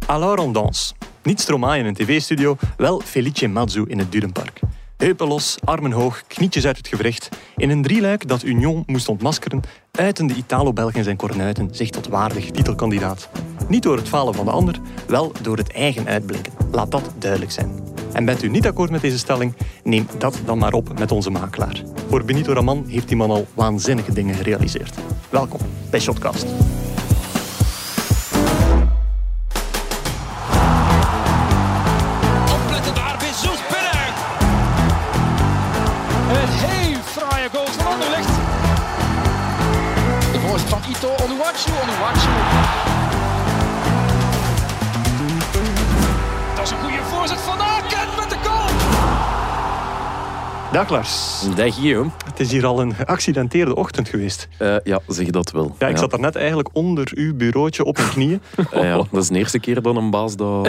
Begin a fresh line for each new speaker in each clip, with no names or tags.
Alors on danse. Niet Stromae in een tv-studio, wel Felice Mazzu in het Durenpark. Heupen los, armen hoog, knietjes uit het gewricht. In een drieluik dat Union moest ontmaskeren, uiten de Italo-Belgen zijn kornuiten zich tot waardig titelkandidaat. Niet door het falen van de ander, wel door het eigen uitblinken. Laat dat duidelijk zijn. En bent u niet akkoord met deze stelling? Neem dat dan maar op met onze makelaar. Voor Benito Raman heeft die man al waanzinnige dingen gerealiseerd. Welkom bij Shotcast.
Opletten daar, Bezos binnen! Een heel fraaie goal van Anderlecht. De voorzet van Ito, Onuachu. Dat is een goede voorzet van Aken met de goal!
Dag Lars.
Dag Guillaume.
Het is hier al een geaccidenteerde ochtend geweest.
Ja, zeg dat wel.
Ja, ik zat daarnet eigenlijk onder uw bureautje op mijn knieën.
Ja, dat is de eerste keer dat een baas dat...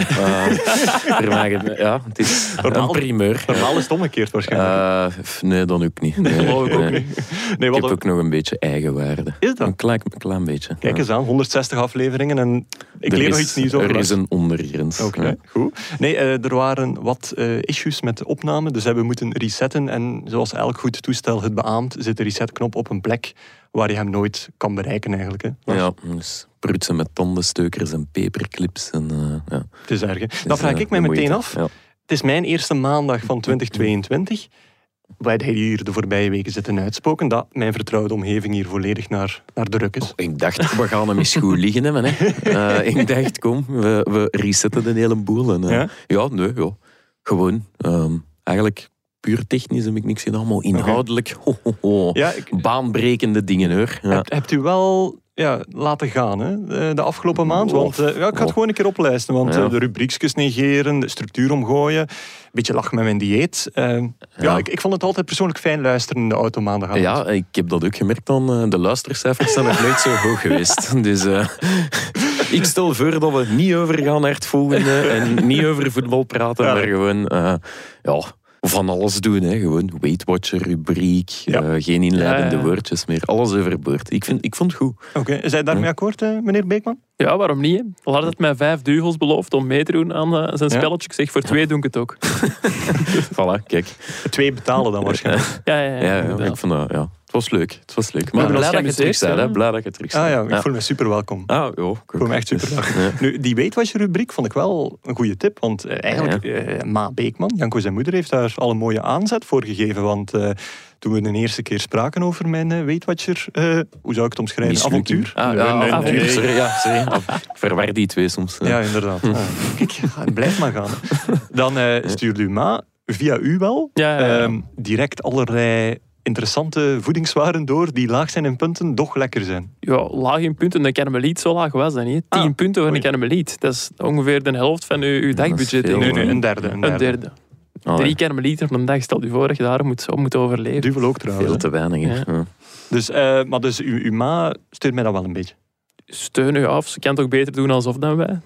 ja, het is een primeur.
Normaal is het omgekeerd waarschijnlijk.
Nee, dan ook niet. Nee,
ik ook niet. Nee,
ik heb ook nog een beetje eigenwaarde.
Is dat?
Een klein beetje.
Kijk eens aan, 160 afleveringen en ik leer nog iets nieuws over.
Er is een ondergrens.
Oké, goed. Nee, er waren wat issues met de opname, dus hebben we moeten resetten. En zoals elk goed toestel het beaamt, zit de resetknop op een plek waar je hem nooit kan bereiken eigenlijk. Hè.
Ja, dus prutsen met tandensteukers en paperclips. En, ja.
Het is erg, hè. Dan vraag ik mij meteen af. Ja. Het is mijn eerste maandag van 2022. Wij hebben hier de voorbije weken zitten uitspoken dat mijn vertrouwde omgeving hier volledig naar druk is.
Oh, ik dacht, we gaan hem eens goed liggen hebben. Hè. Ik dacht, kom, we resetten de hele boel. En, ja, gewoon. Eigenlijk... Puur technisch heb ik niks gedaan, maar inhoudelijk ja, baanbrekende dingen hoor. Ja.
Hebt u wel laten gaan hè? De afgelopen maand? Want ik ga het gewoon een keer oplijsten. Want de rubriekjes negeren, de structuur omgooien, een beetje lachen met mijn dieet. Ik vond het altijd persoonlijk fijn luisteren in de auto maandagavond.
Ja, ik heb dat ook gemerkt dan. De luistercijfers zijn nog nooit zo hoog geweest. Dus ik stel voor dat we niet over gaan naar het volgende en niet over voetbal praten, maar gewoon... van alles doen, hè. Gewoon Weight Watcher, rubriek, geen inleidende woordjes meer. Alles overboord. Ik vond het goed.
Oké. Is hij daarmee akkoord, meneer Beekman?
Ja, waarom niet? Al had het mij 5 dugels beloofd om mee te doen aan zijn spelletje. Ik zeg, voor 2 doe ik het ook.
Voilà, kijk.
2 betalen dan waarschijnlijk.
Ja, ik vond dat, Het was leuk. Maar blij dat je terug bent, hè? Blij dat je terug bent.
Ik voel me super welkom. Ik voel me echt super welkom. Nu, die Weight Watcher rubriek vond ik wel een goede tip. Want eigenlijk, Ma Beekman, Janko zijn moeder, heeft daar al een mooie aanzet voor gegeven. Want toen we de eerste keer spraken over mijn Weight Watcher, hoe zou ik het omschrijven? Avontuur?
Avontuur. Sorry. Ik verwar die twee soms.
Ja, inderdaad. Kijk, blijf maar gaan. Dan stuurde u Ma, via u wel, direct allerlei... interessante voedingswaren door die laag zijn in punten, doch lekker zijn.
Ja, laag in punten, de Karmeliet zo laag was dat niet. 10 punten voor een Karmeliet. Dat is ongeveer de helft van uw dagbudget.
Nee, een derde.
3 Karmelieten op een dag, stel je voor dat je daar moet overleven.
Duvel ook trouwens.
Veel te weinig. Ja.
Dus uw ma steunt mij dat wel een beetje.
Steun u af, ze kan het ook beter doen alsof dan wij.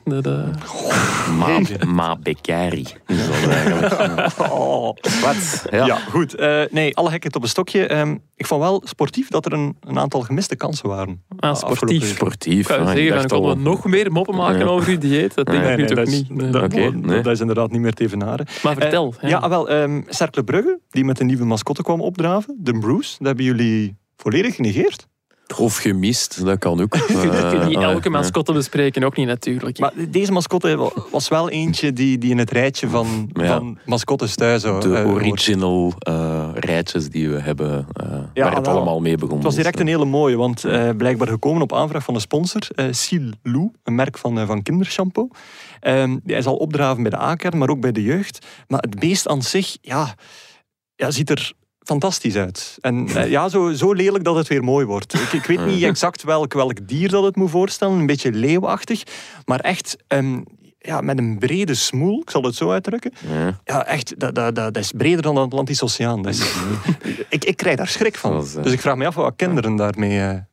Ma Beccari is dat eigenlijk.
Wat? Ja, goed. Alle gekheid op een stokje. Ik vond wel sportief dat er een aantal gemiste kansen waren.
Sportief.
Ik zeggen, dan konden we nog meer moppen maken over uw dieet. Dat denk ik nu toch niet.
Dat is inderdaad niet meer te evenaren.
Maar vertel.
Cercle Brugge, die met een nieuwe mascotte kwam opdraven, de Bruce, dat hebben jullie volledig genegeerd.
Of gemist, dat kan ook.
Je kunt niet elke mascotte bespreken, ook niet natuurlijk.
Maar deze mascotte was wel eentje die in het rijtje van mascottes thuis hoort.
De original rijtjes die we hebben, waar het allemaal mee begon.
Het was direct een hele mooie, want blijkbaar gekomen op aanvraag van de sponsor, Silou, een merk van kindershampoo. Hij zal opdraven bij de A-kern, maar ook bij de jeugd. Maar het beest aan zich, ziet er... fantastisch uit. En zo lelijk dat het weer mooi wordt. Ik weet niet exact welk dier dat het moet voorstellen. Een beetje leeuwachtig. Maar echt met een brede smoel. Ik zal het zo uitdrukken. Ja, echt. Dat is breder dan de Atlantische Oceaan. Ik krijg daar schrik van. Dus ik vraag me af wat kinderen daarmee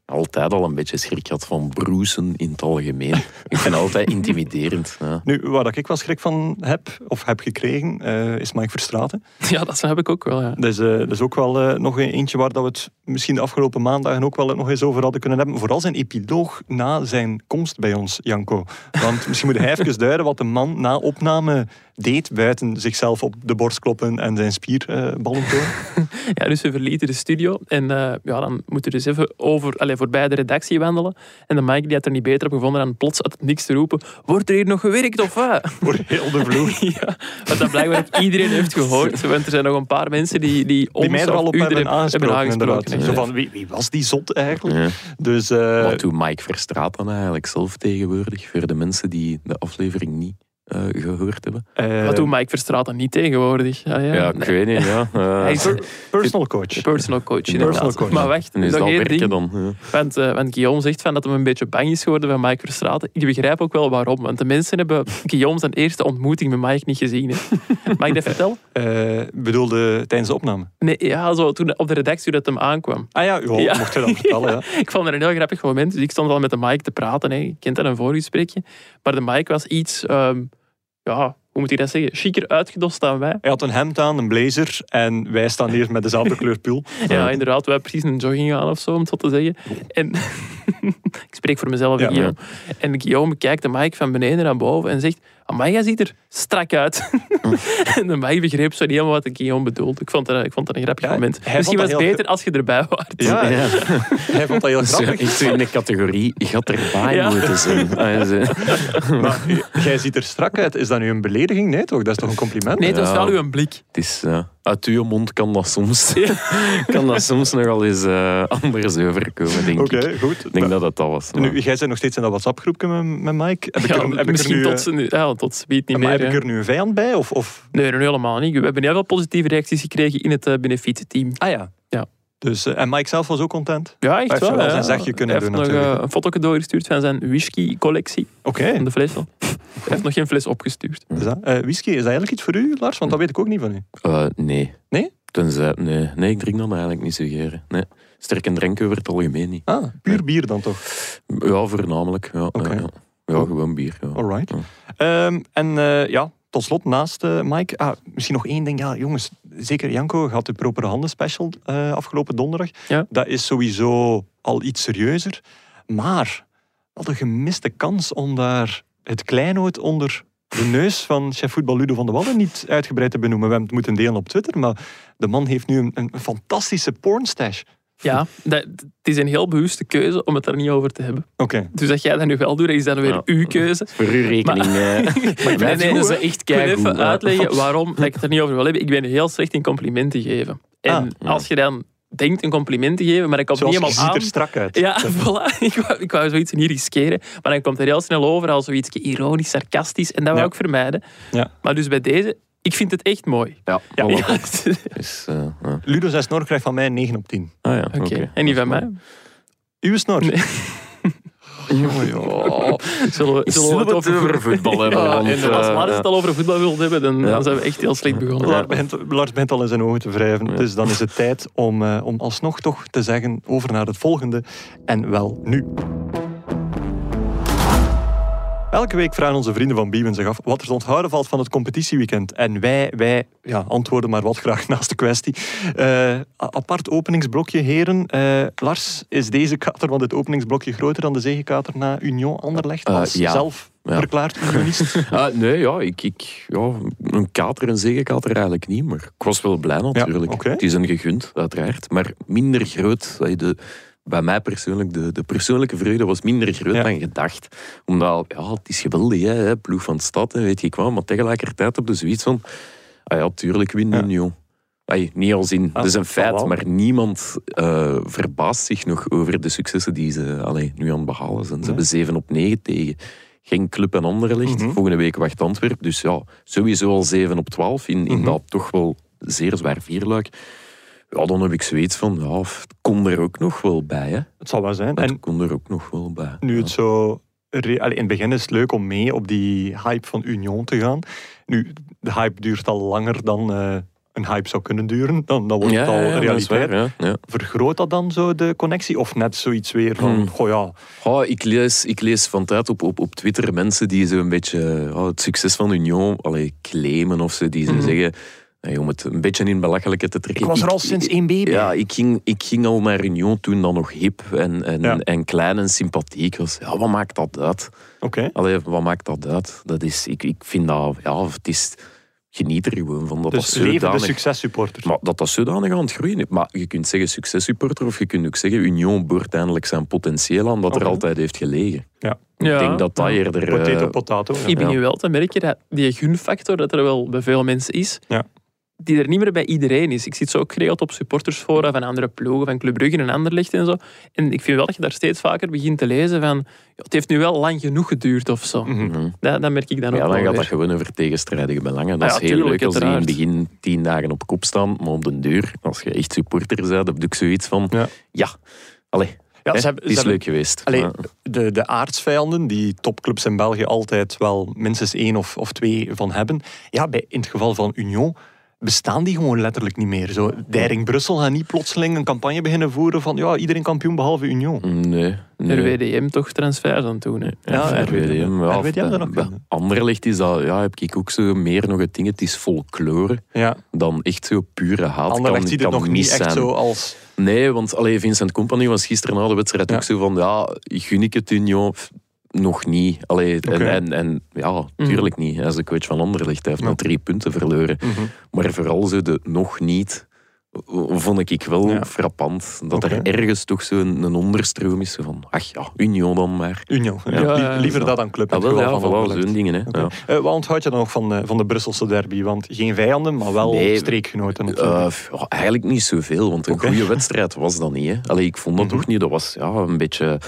altijd al een beetje schrik had van broesen in het algemeen. Ik vind het altijd intimiderend. Ja.
Nu, waar ik wel schrik van heb, of heb gekregen, is Mike Verstraeten.
Ja, dat heb ik ook wel, ja.
Dat is ook wel nog eentje waar dat we het misschien de afgelopen maandagen ook wel nog eens over hadden kunnen hebben. Vooral zijn epiloog na zijn komst bij ons, Janko. Want misschien moet hij even duiden wat de man na opname deed, buiten zichzelf op de borst kloppen en zijn spierballen tonen.
Ja, dus we verlieten de studio en dan moeten we dus even voorbij de redactie wandelen. En de Mike die had er niet beter op gevonden dan plots uit het niks te roepen: wordt er hier nog gewerkt of wat?
Voor heel de vloer.
Ja, wat dat blijkbaar ook iedereen heeft gehoord. Want er zijn nog een paar mensen die ons
mij er al op hebben aangesproken.
Ja.
Zo van, wie was die zot eigenlijk?
Ja.
Dus,
Wat doet Mike Verstraeten eigenlijk zelf tegenwoordig voor de mensen die de aflevering niet gehoord hebben?
Wat doet Mike Verstraeten niet tegenwoordig?
Ja, ik weet niet. Ja.
Hij is
personal coach.
personal coach, inderdaad. Maar wacht,
En is
nog
dat
één
werken
ding.
dan? Ja.
Want Guillaume zegt dat hij een beetje bang is geworden van Mike Verstraeten. Ik begrijp ook wel waarom. Want de mensen hebben Guillaume zijn eerste ontmoeting met Mike niet gezien. Hè. Mag ik dat vertellen?
Bedoelde tijdens de opname?
Nee, ja, zo toen op de redactie dat hem aankwam.
Ah ja, mocht je dat vertellen. Ja.
Ik vond het een heel grappig moment. Dus ik stond al met de Mike te praten. Hè. Je kent dat, een voorgesprekje. Maar de Mike was iets... hoe moet ik dat zeggen? Chiquer uitgedost dan wij.
Hij had een hemd aan, een blazer en wij staan hier met dezelfde kleur pul.
Ja, inderdaad. Wij hebben precies een jogging aan of zo, om het zo te zeggen. En ik spreek voor mezelf,
Ja.
Guillaume. En Guillaume kijkt de Mike van beneden naar boven en zegt: amai, jij ziet er strak uit. En de Mike begreep zo niet helemaal wat Guillaume bedoelde. Ik vond dat een grappig moment.
hij
Misschien
vond
was
dat
het
heel
beter als je erbij was.
Ja, hij vond dat heel grappig.
Ik zou in de categorie gaat erbij
Ja.
moeten zijn.
Maar jij ziet er strak uit. Is dat nu een belediging? Nee toch? Dat is toch een compliment?
Nee, het was
Ja.
wel uw blik.
Het is, uit uw mond kan dat soms nogal eens anders overkomen, denk ik.
Oké, goed.
Ik denk dat het dat was.
Nu, jij bent nog steeds in dat WhatsApp-groepje met Mike.
Misschien tot speed niet
maar
meer.
heb ik er nu een vijand bij? Of?
Nee, helemaal niet. We hebben heel veel positieve reacties gekregen in het benefietteam.
Ah ja.
Ja.
Dus, en Mike zelf was ook content?
Ja, echt
Hij heeft
wel.
wel
Ja.
zijn zegje kunnen
hij
doen
heeft nog
natuurlijk.
een foto doorgestuurd van zijn whisky-collectie.
Oké.
Van de flessen. Hij heeft nog geen fles opgestuurd.
Is dat? Whisky, is dat eigenlijk iets voor u, Lars? Want dat weet ik ook niet van u.
Nee.
Nee?
Nee, ik drink dat eigenlijk niet zo graag. Nee. Sterke drank over het algemeen niet.
Ah, puur bier dan toch?
Ja, voornamelijk. Ja,
Oké.
ja, gewoon bier. Ja.
Alright.
Ja.
Tot slot, naast Mike, misschien nog één ding. Ja, jongens, zeker Janko had de Propere Handen special afgelopen donderdag.
Ja.
Dat is sowieso al iets serieuzer. Maar wat een gemiste kans om daar het kleinood onder de neus van chef voetbal Ludo van de Wallen niet uitgebreid te benoemen. We hebben het moeten delen op Twitter, maar de man heeft nu een fantastische pornstash.
Ja, het is een heel bewuste keuze om het daar niet over te hebben.
Oké.
Dus dat jij dat nu wel doet, is dan weer
Ja.
uw keuze.
Voor uw rekening.
Nee,
dat is echt
ik wil even
keigoed.
uitleggen waarom dat ik het er niet over wil hebben. Ik ben heel slecht in complimenten geven. En
ja.
als je dan denkt een compliment te geven, maar dat komt
Zoals
niet
je
helemaal
ziet
aan...
er strak uit.
Ja, voilà. Ik wou zoiets niet riskeren. Maar dan komt er heel snel over als zoiets ironisch, sarcastisch. En dat wou ik vermijden.
Ja.
Maar dus bij deze, ik vind het echt mooi.
Ja,
Ja.
voilà.
Ja.
Dus, ja.
Ludo zijn snor krijgt van mij 9 op 10.
Ah, ja,
Oké.
oké.
En die van mij?
Uw snor?
Nee. Zullen we het over
voetbal hebben?
Ja,
want,
en als Lars het al over voetbal wil hebben, dan zijn we echt heel slecht begonnen.
Lars begint al in zijn ogen te wrijven.
Ja.
Dus dan is het tijd om alsnog toch te zeggen over naar het volgende. En wel nu. Elke week vragen onze vrienden van Biewen zich af wat er te onthouden valt van het competitieweekend. En wij antwoorden maar wat graag naast de kwestie. Apart openingsblokje, heren. Lars, is deze kater van dit openingsblokje groter dan de zegekater na Union Anderlecht? Als
Ja.
zelf
Ja.
verklaard unionist?
Nee, ja, een kater, een zegenkater eigenlijk niet. Maar ik was wel blij natuurlijk.
oké.
Het is een gegund, uiteraard. Maar minder groot. Bij mij persoonlijk, de persoonlijke vreugde was minder groot dan gedacht. Omdat, het is geweldig, hè, ploeg van de stad, weet je wel. Maar tegelijkertijd op de zoiets van... tuurlijk winnen Union. Niet als in, dat is een feit, maar niemand verbaast zich nog over de successen die ze nu aan het behalen zijn. Ze hebben 7 op 9 tegen geen Club en Anderlecht. Volgende week wacht Antwerpen. Dus sowieso al 7 op 12 in dat toch wel zeer zwaar vierluik. Ja, dan heb ik zoiets van, het kon er ook nog wel bij. Hè.
Het zal wel zijn.
Het kon er ook nog wel bij.
Nu het zo... in het begin is het leuk om mee op die hype van Union te gaan. Nu, de hype duurt al langer dan een hype zou kunnen duren, dan wordt het al realiteit.
Dat is waar, ja.
Vergroot dat dan zo de connectie? Of net zoiets weer van,
Ik lees van tijd op Twitter mensen die zo'n beetje het succes van Union claimen of zo, die ze zeggen... om het een beetje in belachelijke te trekken.
Ik was er al sinds 1 baby.
Ja, ik ging al naar Union toen dat nog hip en klein en sympathiek was. Ja, wat maakt dat uit?
Okay.
Wat maakt dat uit? Dat is, ik vind dat... Ja, het is... Geniet er gewoon van. Dat
dus
dat
leven de successupporters.
Maar dat zodanig aan het groeien is. Maar je kunt zeggen successupporter of je kunt ook zeggen Union boort eindelijk zijn potentieel aan dat er altijd heeft gelegen.
Ja.
Ik denk dat dat eerder...
Potato.
Ik ben nu wel te merken dat die gunfactor dat er wel bij veel mensen is, die er niet meer bij iedereen is. Ik zit zo ook geregeld op supportersfora van andere ploegen, van Club Brugge en Anderlecht en zo. En ik vind wel dat je daar steeds vaker begint te lezen van het heeft nu wel lang genoeg geduurd of zo.
Mm-hmm.
Dat merk ik dan ook wel.
Ja, dan gaat dat
weer.
gewoon over tegenstrijdige belangen. Dat is heel leuk als die in het begin 10 dagen op kop staan, maar op de deur, als je echt supporter bent, heb ik zoiets van... Het is leuk geweest.
De aardsvijanden, die topclubs in België altijd wel minstens 1 of 2 van hebben. Ja, in het geval van Union bestaan die gewoon letterlijk niet meer. Zo, Deiring Brussel gaat niet plotseling een campagne beginnen voeren van iedereen kampioen behalve Union.
Nee.
RWDM toch transfers aan toen. Hè?
Ja, RWDM.
RWDM dan ook.
Anderlecht is dat, heb ik ook zo meer nog het ding. Het is folklore dan echt zo pure haat.
Anderlecht ziet het nog niet echt zo als...
Nee, want Vincent Kompany was gisteren na de wedstrijd ook zo van, gun ik het Union... Nog niet. Tuurlijk niet. Hij is de coach van Anderlecht. Hij heeft nog 3 punten verloren. Mm-hmm. Maar vooral zo de nog niet, vond ik wel frappant. Dat er ergens toch zo'n onderstroom is van, Union dan maar.
Union. Liever dat dan club.
Zo'n dingen. Hè.
Okay. Wat onthoud je dan nog van de Brusselse derby? Want geen vijanden, maar wel streekgenoten.
Eigenlijk niet zoveel, want een goede wedstrijd was dat niet. Hè. Ik vond dat toch niet. Dat was een beetje...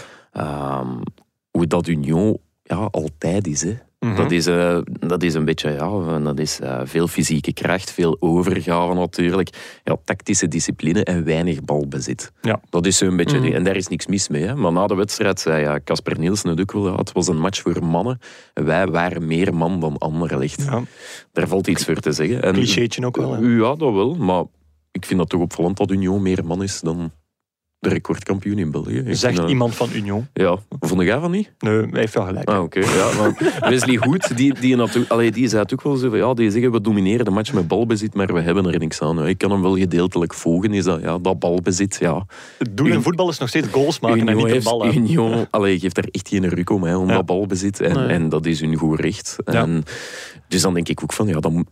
hoe dat Union altijd is. Hè. Mm-hmm. Dat is een beetje... dat is veel fysieke kracht, veel overgave natuurlijk. Tactische discipline en weinig balbezit. Ja. Dat is zo'n beetje... En daar is niks mis mee. Hè. Maar na de wedstrijd zei Casper Nielsen het ook wel. Het was een match voor mannen. Wij waren meer man dan Anderlecht. Ja. Daar valt iets voor te zeggen. En,
clichétje ook wel. Hè.
Ja, dat wel. Maar ik vind dat toch opvallend dat Union meer man is dan... de recordkampioen in België.
Zegt iemand van Union.
Ja, vond jij van niet?
Nee, hij heeft wel gelijk.
Oké. Ja, Wesley Hoed, die zei het ook wel zo van, die zeggen we domineren de match met balbezit, maar we hebben er niks aan. Ik kan hem wel gedeeltelijk volgen, is dat balbezit,
Het doel in voetbal is nog steeds goals maken en niet de bal aan.
Union geeft daar echt geen ruk om dat balbezit. En dat is hun goed recht. Ja. Dus dan denk ik ook van,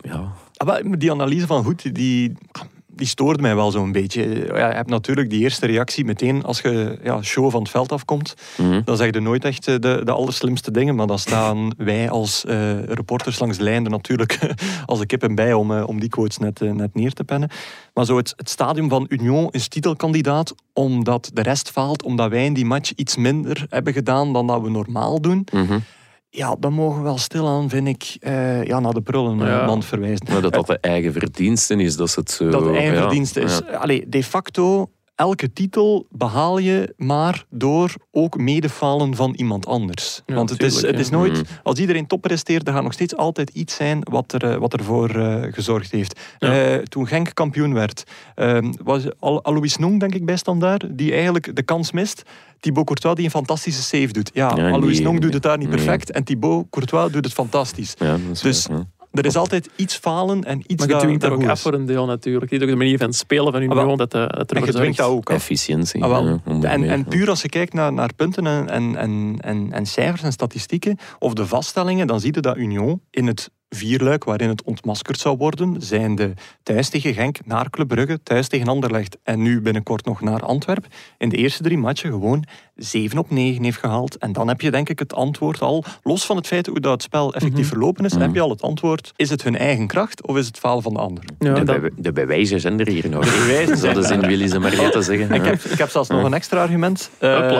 die analyse van Hoed, die stoort mij wel zo'n beetje. Je hebt natuurlijk die eerste reactie meteen als je show van het veld afkomt. Mm-hmm. Dan zeg je nooit echt de allerslimste dingen, maar dan staan wij als reporters langs de lijn er natuurlijk als de kippen bij om die quotes net neer te pennen. Maar zo het stadium van Union is titelkandidaat omdat de rest faalt, omdat wij in die match iets minder hebben gedaan dan dat we normaal doen. Mm-hmm. Ja, dan mogen we wel stilaan, vind ik, naar de prullenmand verwijzen.
Maar dat de eigen verdiensten is, dat het zo...
Dat de eigen verdiensten is. De facto, elke titel behaal je maar door ook medefalen van iemand anders. Ja, want het is nooit... Als iedereen top presteert, er gaat nog steeds altijd iets zijn wat ervoor gezorgd heeft. Ja. Toen Genk kampioen werd, was Alois Nong, denk ik, bij Standaard, die eigenlijk de kans mist. Thibaut Courtois die een fantastische save doet. Alois Nong doet het daar niet perfect en Thibaut Courtois doet het fantastisch. Ja, dus er is altijd iets falen en iets
maar je dwingt daar ook af voor een deel natuurlijk. Niet ook de manier van het spelen van Union dat er
je dwingt dat ook af.
Efficiëntie.
En puur als je kijkt naar punten en cijfers en statistieken of de vaststellingen, dan zie je dat Union in het vierluik waarin het ontmaskerd zou worden, zijnde thuis tegen Genk, naar Club Brugge, thuis tegen Anderlecht en nu binnenkort nog naar Antwerpen, in de eerste 3 matchen gewoon 7 op 9 heeft gehaald. En dan heb je denk ik het antwoord al, los van het feit hoe dat het spel effectief verlopen is, heb je al het antwoord, is het hun eigen kracht of is het faal van de ander?
Ja, de bewijzen zijn er hier nog. De bewijzen zijn er. Willen ze maar niet te zeggen.
Ik heb zelfs nog een extra argument.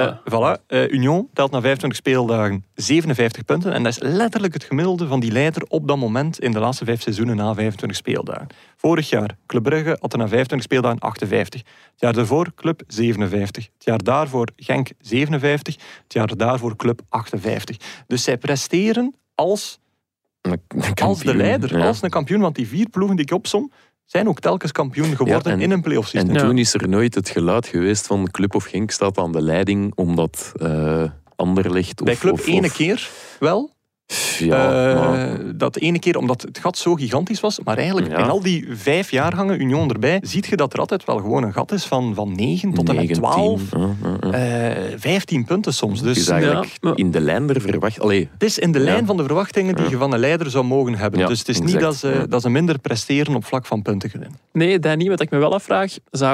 Union telt na 25 speeldagen 57 punten en dat is letterlijk het gemiddelde van die leider op dat moment in de laatste 5 seizoenen na 25 speeldagen. Vorig jaar, Club Brugge had er na 25 speeldagen 58. Het jaar daarvoor Club 57. Het jaar daarvoor Genk 57. Het jaar daarvoor Club 58. Dus zij presteren als de leider, als een kampioen. Want die 4 ploegen die ik opsom, zijn ook telkens kampioen geworden in een play-off systeem.
En toen is er nooit het geluid geweest van Club of Genk staat aan de leiding, omdat Anderlecht...
Bij Club ene keer wel.
Ja,
dat ene keer omdat het gat zo gigantisch was, maar eigenlijk in al die 5 jaargangen Union erbij, ziet je dat er altijd wel gewoon een gat is van 9 tot en met 12. 15 punten soms. Dus
het is eigenlijk in de lijn der verwachtingen.
Het is in de lijn van de verwachtingen die je van een leider zou mogen hebben.
Ja,
dus het is niet dat ze minder presteren op vlak van punten gewinnen.
Nee, dat niet. Wat ik me wel afvraag,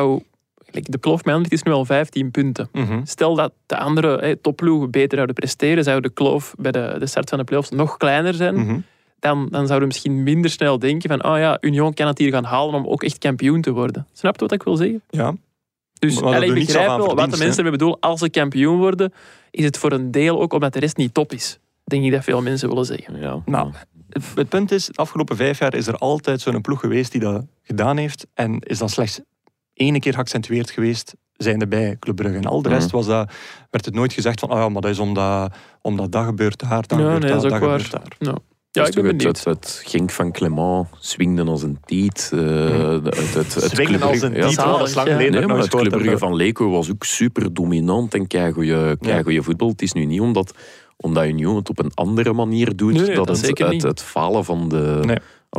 de kloof met Anderlecht is nu al 15 punten. Stel dat de andere topploegen beter zouden presteren, zou de kloof bij de start van de play-offs nog kleiner zijn. Dan zouden we misschien minder snel denken van Union kan het hier gaan halen om ook echt kampioen te worden. Snap je wat ik wil zeggen?
Ja.
Dus ik begrijp wel wat de mensen ermee bedoelen. Als ze kampioen worden, is het voor een deel ook omdat de rest niet top is. Denk ik dat veel mensen willen zeggen.
Ja.
Nou, het punt is, de afgelopen 5 jaar is er altijd zo'n ploeg geweest die dat gedaan heeft en is dan slechts 1 keer geaccentueerd geweest, zijnde bij Club Brugge. En al de rest werd het nooit gezegd van maar dat is omdat dat gebeurt daar, dat gebeurt daar.
No. Ja, ik ben benieuwd.
Het Genk van Clement swingde als een tiet.
Swingen als een tiet, dat is lang geleden.
Het Club Brugge van Leco was ook super dominant en keigoeie voetbal. Het is nu niet omdat Union het op een andere manier doet, dat het falen van de...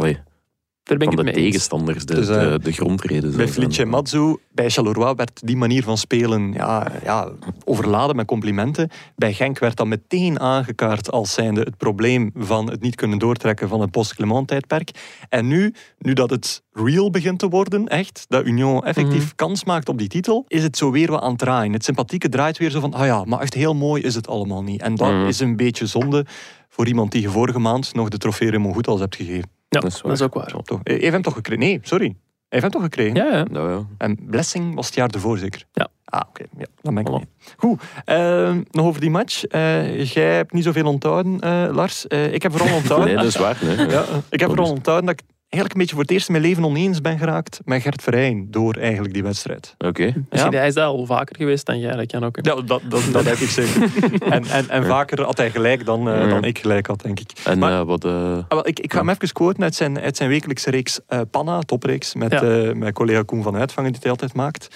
Daar ben ik
van de
het mee
tegenstanders de grondreden.
Bij Felice Mazzu, bij Charleroi werd die manier van spelen overladen met complimenten. Bij Genk werd dat meteen aangekaart als zijnde het probleem van het niet kunnen doortrekken van het post-Clement-tijdperk. En nu dat het real begint te worden, echt, dat Union effectief kans maakt op die titel, is het zo weer wat aan het draaien. Het sympathieke draait weer zo van, maar echt heel mooi is het allemaal niet. En dat is een beetje zonde voor iemand die je vorige maand nog de trofee Raymond Goethals hebt gegeven.
Ja, dat is ook waar.
Hij heeft hem toch gekregen? Nee, sorry. Hij heeft hem toch gekregen?
Ja.
En Blessing was het jaar ervoor zeker?
Ja.
Oké. Ja, dan ben ik mee. Goed, nog over die match. Jij hebt niet zoveel onthouden, Lars. Ik heb vooral onthouden...
Nee, dat is waar. Nee.
Ja, ik heb vooral onthouden dat ik eigenlijk een beetje voor het eerst in mijn leven oneens ben geraakt met Gert Verheyen door eigenlijk die wedstrijd.
Oké.
Hij is daar al vaker geweest dan jij, dat kan ook.
Ja, dat heb ik zeker. en vaker had hij gelijk dan ik gelijk had, denk ik.
En
maar, ik ga hem even quoten uit zijn wekelijkse reeks Panna, topreeks, met mijn collega Koen van Uitvangen, die hij altijd maakt.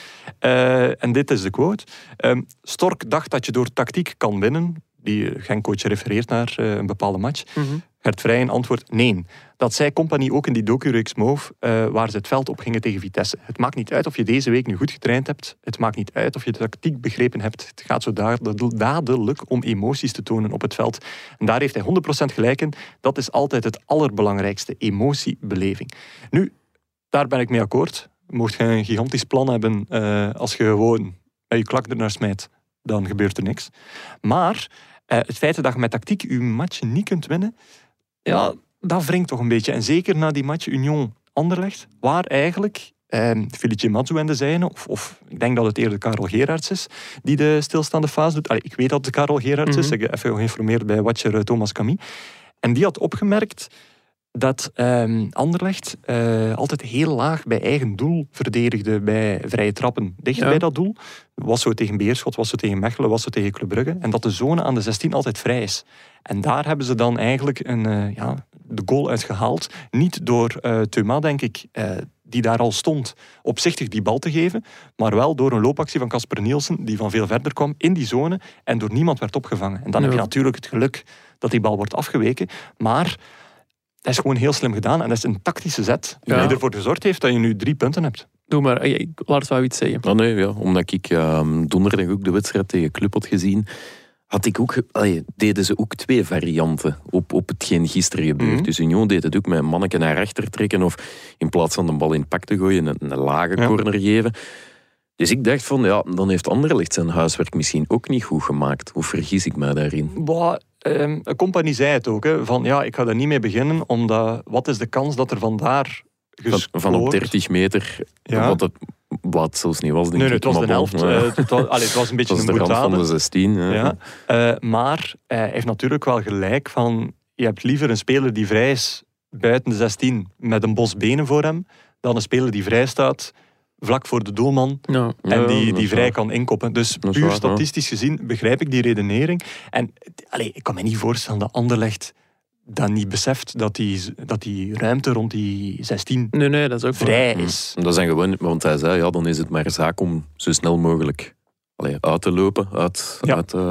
En dit is de quote. Stork dacht dat je door tactiek kan winnen. Die Genk-coach refereert naar een bepaalde match. Gert Verheyen antwoordt nee. Dat zei Compagnie ook in die docu-reeks Mauve, waar ze het veld op gingen tegen Vitesse. Het maakt niet uit of je deze week nu goed getraind hebt. Het maakt niet uit of je de tactiek begrepen hebt. Het gaat zo dadelijk om emoties te tonen op het veld. En daar heeft hij 100% gelijk in. Dat is altijd het allerbelangrijkste, emotiebeleving. Nu, daar ben ik mee akkoord. Mocht je een gigantisch plan hebben, als je gewoon je klak ernaar smijt, dan gebeurt er niks. Maar het feit dat je met tactiek je match niet kunt winnen, dat wringt toch een beetje. En zeker na die match Union-Anderlecht, waar eigenlijk Felice Mazzu en de zijne, of ik denk dat het eerder Karel Gerards is, die de stilstaande fase doet. Ik weet dat het Karel Gerards is, ik heb even geïnformeerd bij watcher Thomas Camille. En die had opgemerkt dat Anderlecht altijd heel laag bij eigen doel verdedigde bij vrije trappen. Dicht bij dat doel. Was zo tegen Beerschot, was zo tegen Mechelen, was zo tegen Club Brugge. En dat de zone aan de 16 altijd vrij is. En daar hebben ze dan eigenlijk de goal uit gehaald. Niet door Thuma, denk ik, die daar al stond, opzichtig die bal te geven, maar wel door een loopactie van Casper Nielsen, die van veel verder kwam in die zone en door niemand werd opgevangen. En dan heb je natuurlijk het geluk dat die bal wordt afgeweken, maar dat is gewoon heel slim gedaan en dat is een tactische zet die ervoor gezorgd heeft dat je nu 3 punten hebt.
Doe maar, Lars wou iets zeggen.
Omdat ik donderdag ook de wedstrijd tegen Club had gezien, deden ze ook 2 varianten op hetgeen gisteren gebeurt. Dus Union deed het ook met een manneke naar achter trekken of in plaats van de bal in het pak te gooien een lage corner geven. Dus ik dacht van, dan heeft Anderlecht zijn huiswerk misschien ook niet goed gemaakt. Of vergis ik mij daarin?
Een Compagnie zei het ook, van ik ga daar niet mee beginnen, omdat wat is de kans dat er vandaar gescoord...
Van op 30 meter, wat zelfs niet was, denk ik.
Het was de helft. Het was een beetje een boetade.
Het was de rand van de 16.
Maar hij heeft natuurlijk wel gelijk van, je hebt liever een speler die vrij is buiten de 16 met een bos benen voor hem, dan een speler die vrij staat vlak voor de doelman en die vrij kan inkoppen. Dus puur statistisch gezien begrijp ik die redenering. En ik kan me niet voorstellen dat Anderlecht dat niet beseft dat die ruimte rond die 16
nee, dat is ook
vrij is.
Dat zijn gewoon, want hij zei, ja, dan is het maar zaak om zo snel mogelijk uit te lopen uit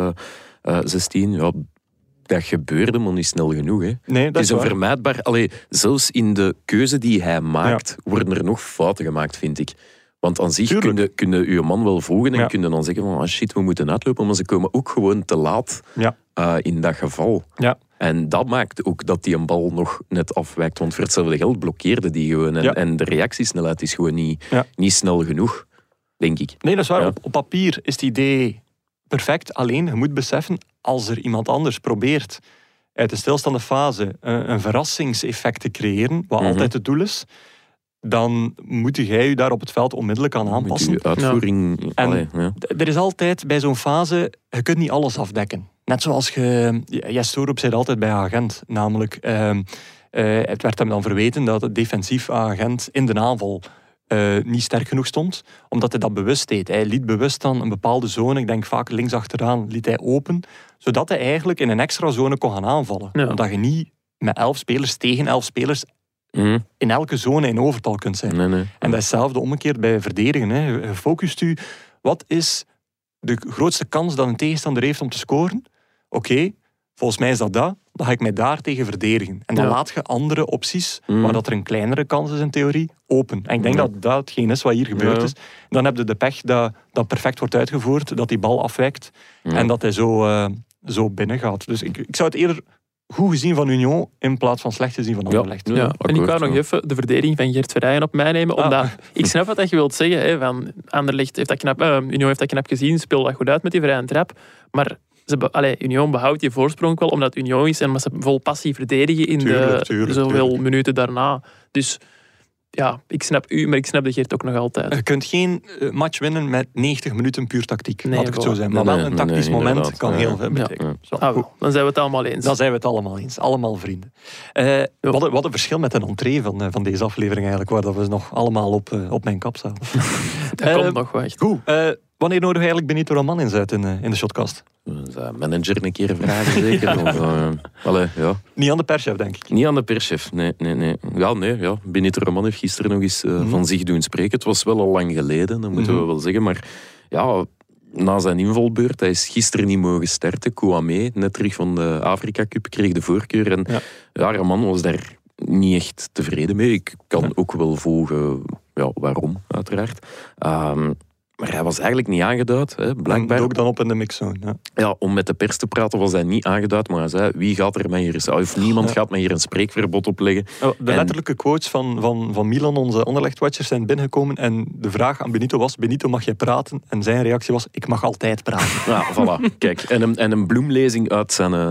16. Ja, dat gebeurde, maar niet snel genoeg. Hè.
Nee, dat
het is
waar.
onvermijdbaar. Zelfs in de keuze die hij maakt, worden er nog fouten gemaakt, vind ik. Want aan zich kun je je man wel volgen en kun je dan zeggen van shit, we moeten uitlopen, maar ze komen ook gewoon te laat in dat geval.
Ja.
En dat maakt ook dat die een bal nog net afwijkt, want voor hetzelfde geld blokkeerde die gewoon. En de reactiesnelheid is gewoon niet snel genoeg, denk ik.
Nee, dat is waar.
Ja.
Op papier is het idee perfect. Alleen, je moet beseffen, als er iemand anders probeert uit de stilstaande fase een verrassingseffect te creëren, wat altijd het doel is, dan moet jij je daar op het veld onmiddellijk aan aanpassen.
Moet je uitvoering...
Er is altijd bij zo'n fase, je kunt niet alles afdekken. Net zoals Storup zei altijd bij agent, namelijk het werd hem dan verweten dat het defensief agent in de aanval niet sterk genoeg stond, omdat hij dat bewust deed. Hij liet bewust dan een bepaalde zone, ik denk vaak links achteraan, liet hij open, zodat hij eigenlijk in een extra zone kon gaan aanvallen.
Ja.
Omdat je niet met 11 spelers tegen 11 spelers in elke zone in overtal kunt zijn.
Nee.
En dat is hetzelfde omgekeerd bij verdedigen. Hè. Je focust u, wat is de grootste kans dat een tegenstander heeft om te scoren? Oké, volgens mij is dat. Dan ga ik mij daar tegen verdedigen. En dan laat je andere opties, waar dat er een kleinere kans is in theorie, open. En ik denk dat dat hetgeen is wat hier gebeurd is. Dan heb je de pech dat perfect wordt uitgevoerd, dat die bal afwijkt en dat hij zo binnen gaat. Dus ik zou het eerder goed gezien van Union in plaats van slecht gezien van Anderlecht.
Ja. En ik wou nog even de verdediging van Gert Verheijen op mij nemen, omdat ik snap wat je wilt zeggen. Hè, van Anderlecht heeft dat knap, Union heeft dat knap gezien, speelt dat goed uit met die vrije trap, maar Union behoudt die voorsprong wel omdat Union is en maar ze vol passie verdedigen in zoveel minuten daarna. Dus ja, ik snap u, maar ik snap de Geert ook nog altijd.
Je kunt geen match winnen met 90 minuten puur tactiek,
nee,
laat ik het zo zijn. Maar wel een tactisch moment kan heel veel betekenen.
Dan zijn we het allemaal eens.
Dan zijn we het allemaal eens. Allemaal vrienden. Wat een verschil met een entree van deze aflevering eigenlijk, waar dat we nog allemaal op mijn kap zaten.
Dat komt nog wel echt.
Goed. Wanneer nodig we eigenlijk Benito Raman in de shotcast?
Manager een keer vragen, zeker?
Niet aan de perschef, denk ik.
Niet aan de perschef, nee. Ja, Benito Raman heeft gisteren nog eens van zich doen spreken. Het was wel al lang geleden, dat moeten we wel zeggen. Maar ja, na zijn invalbeurt, hij is gisteren niet mogen starten. Kouamé, net terug van de Afrika Cup, kreeg de voorkeur. En Raman was daar niet echt tevreden mee. Ik kan ook wel volgen waarom, uiteraard. Maar hij was eigenlijk niet aangeduid, hè, blijkbaar.
Ook dan op in de mixzone.
Ja, om met de pers te praten was hij niet aangeduid, maar hij zei, wie gaat er mij hier... Of niemand gaat mij hier een spreekverbod opleggen.
De letterlijke quotes van Milan, onze Anderlecht-watchers, zijn binnengekomen en de vraag aan Benito was, Benito, mag jij praten? En zijn reactie was, ik mag altijd praten.
Ja, voilà. Kijk, en een bloemlezing uit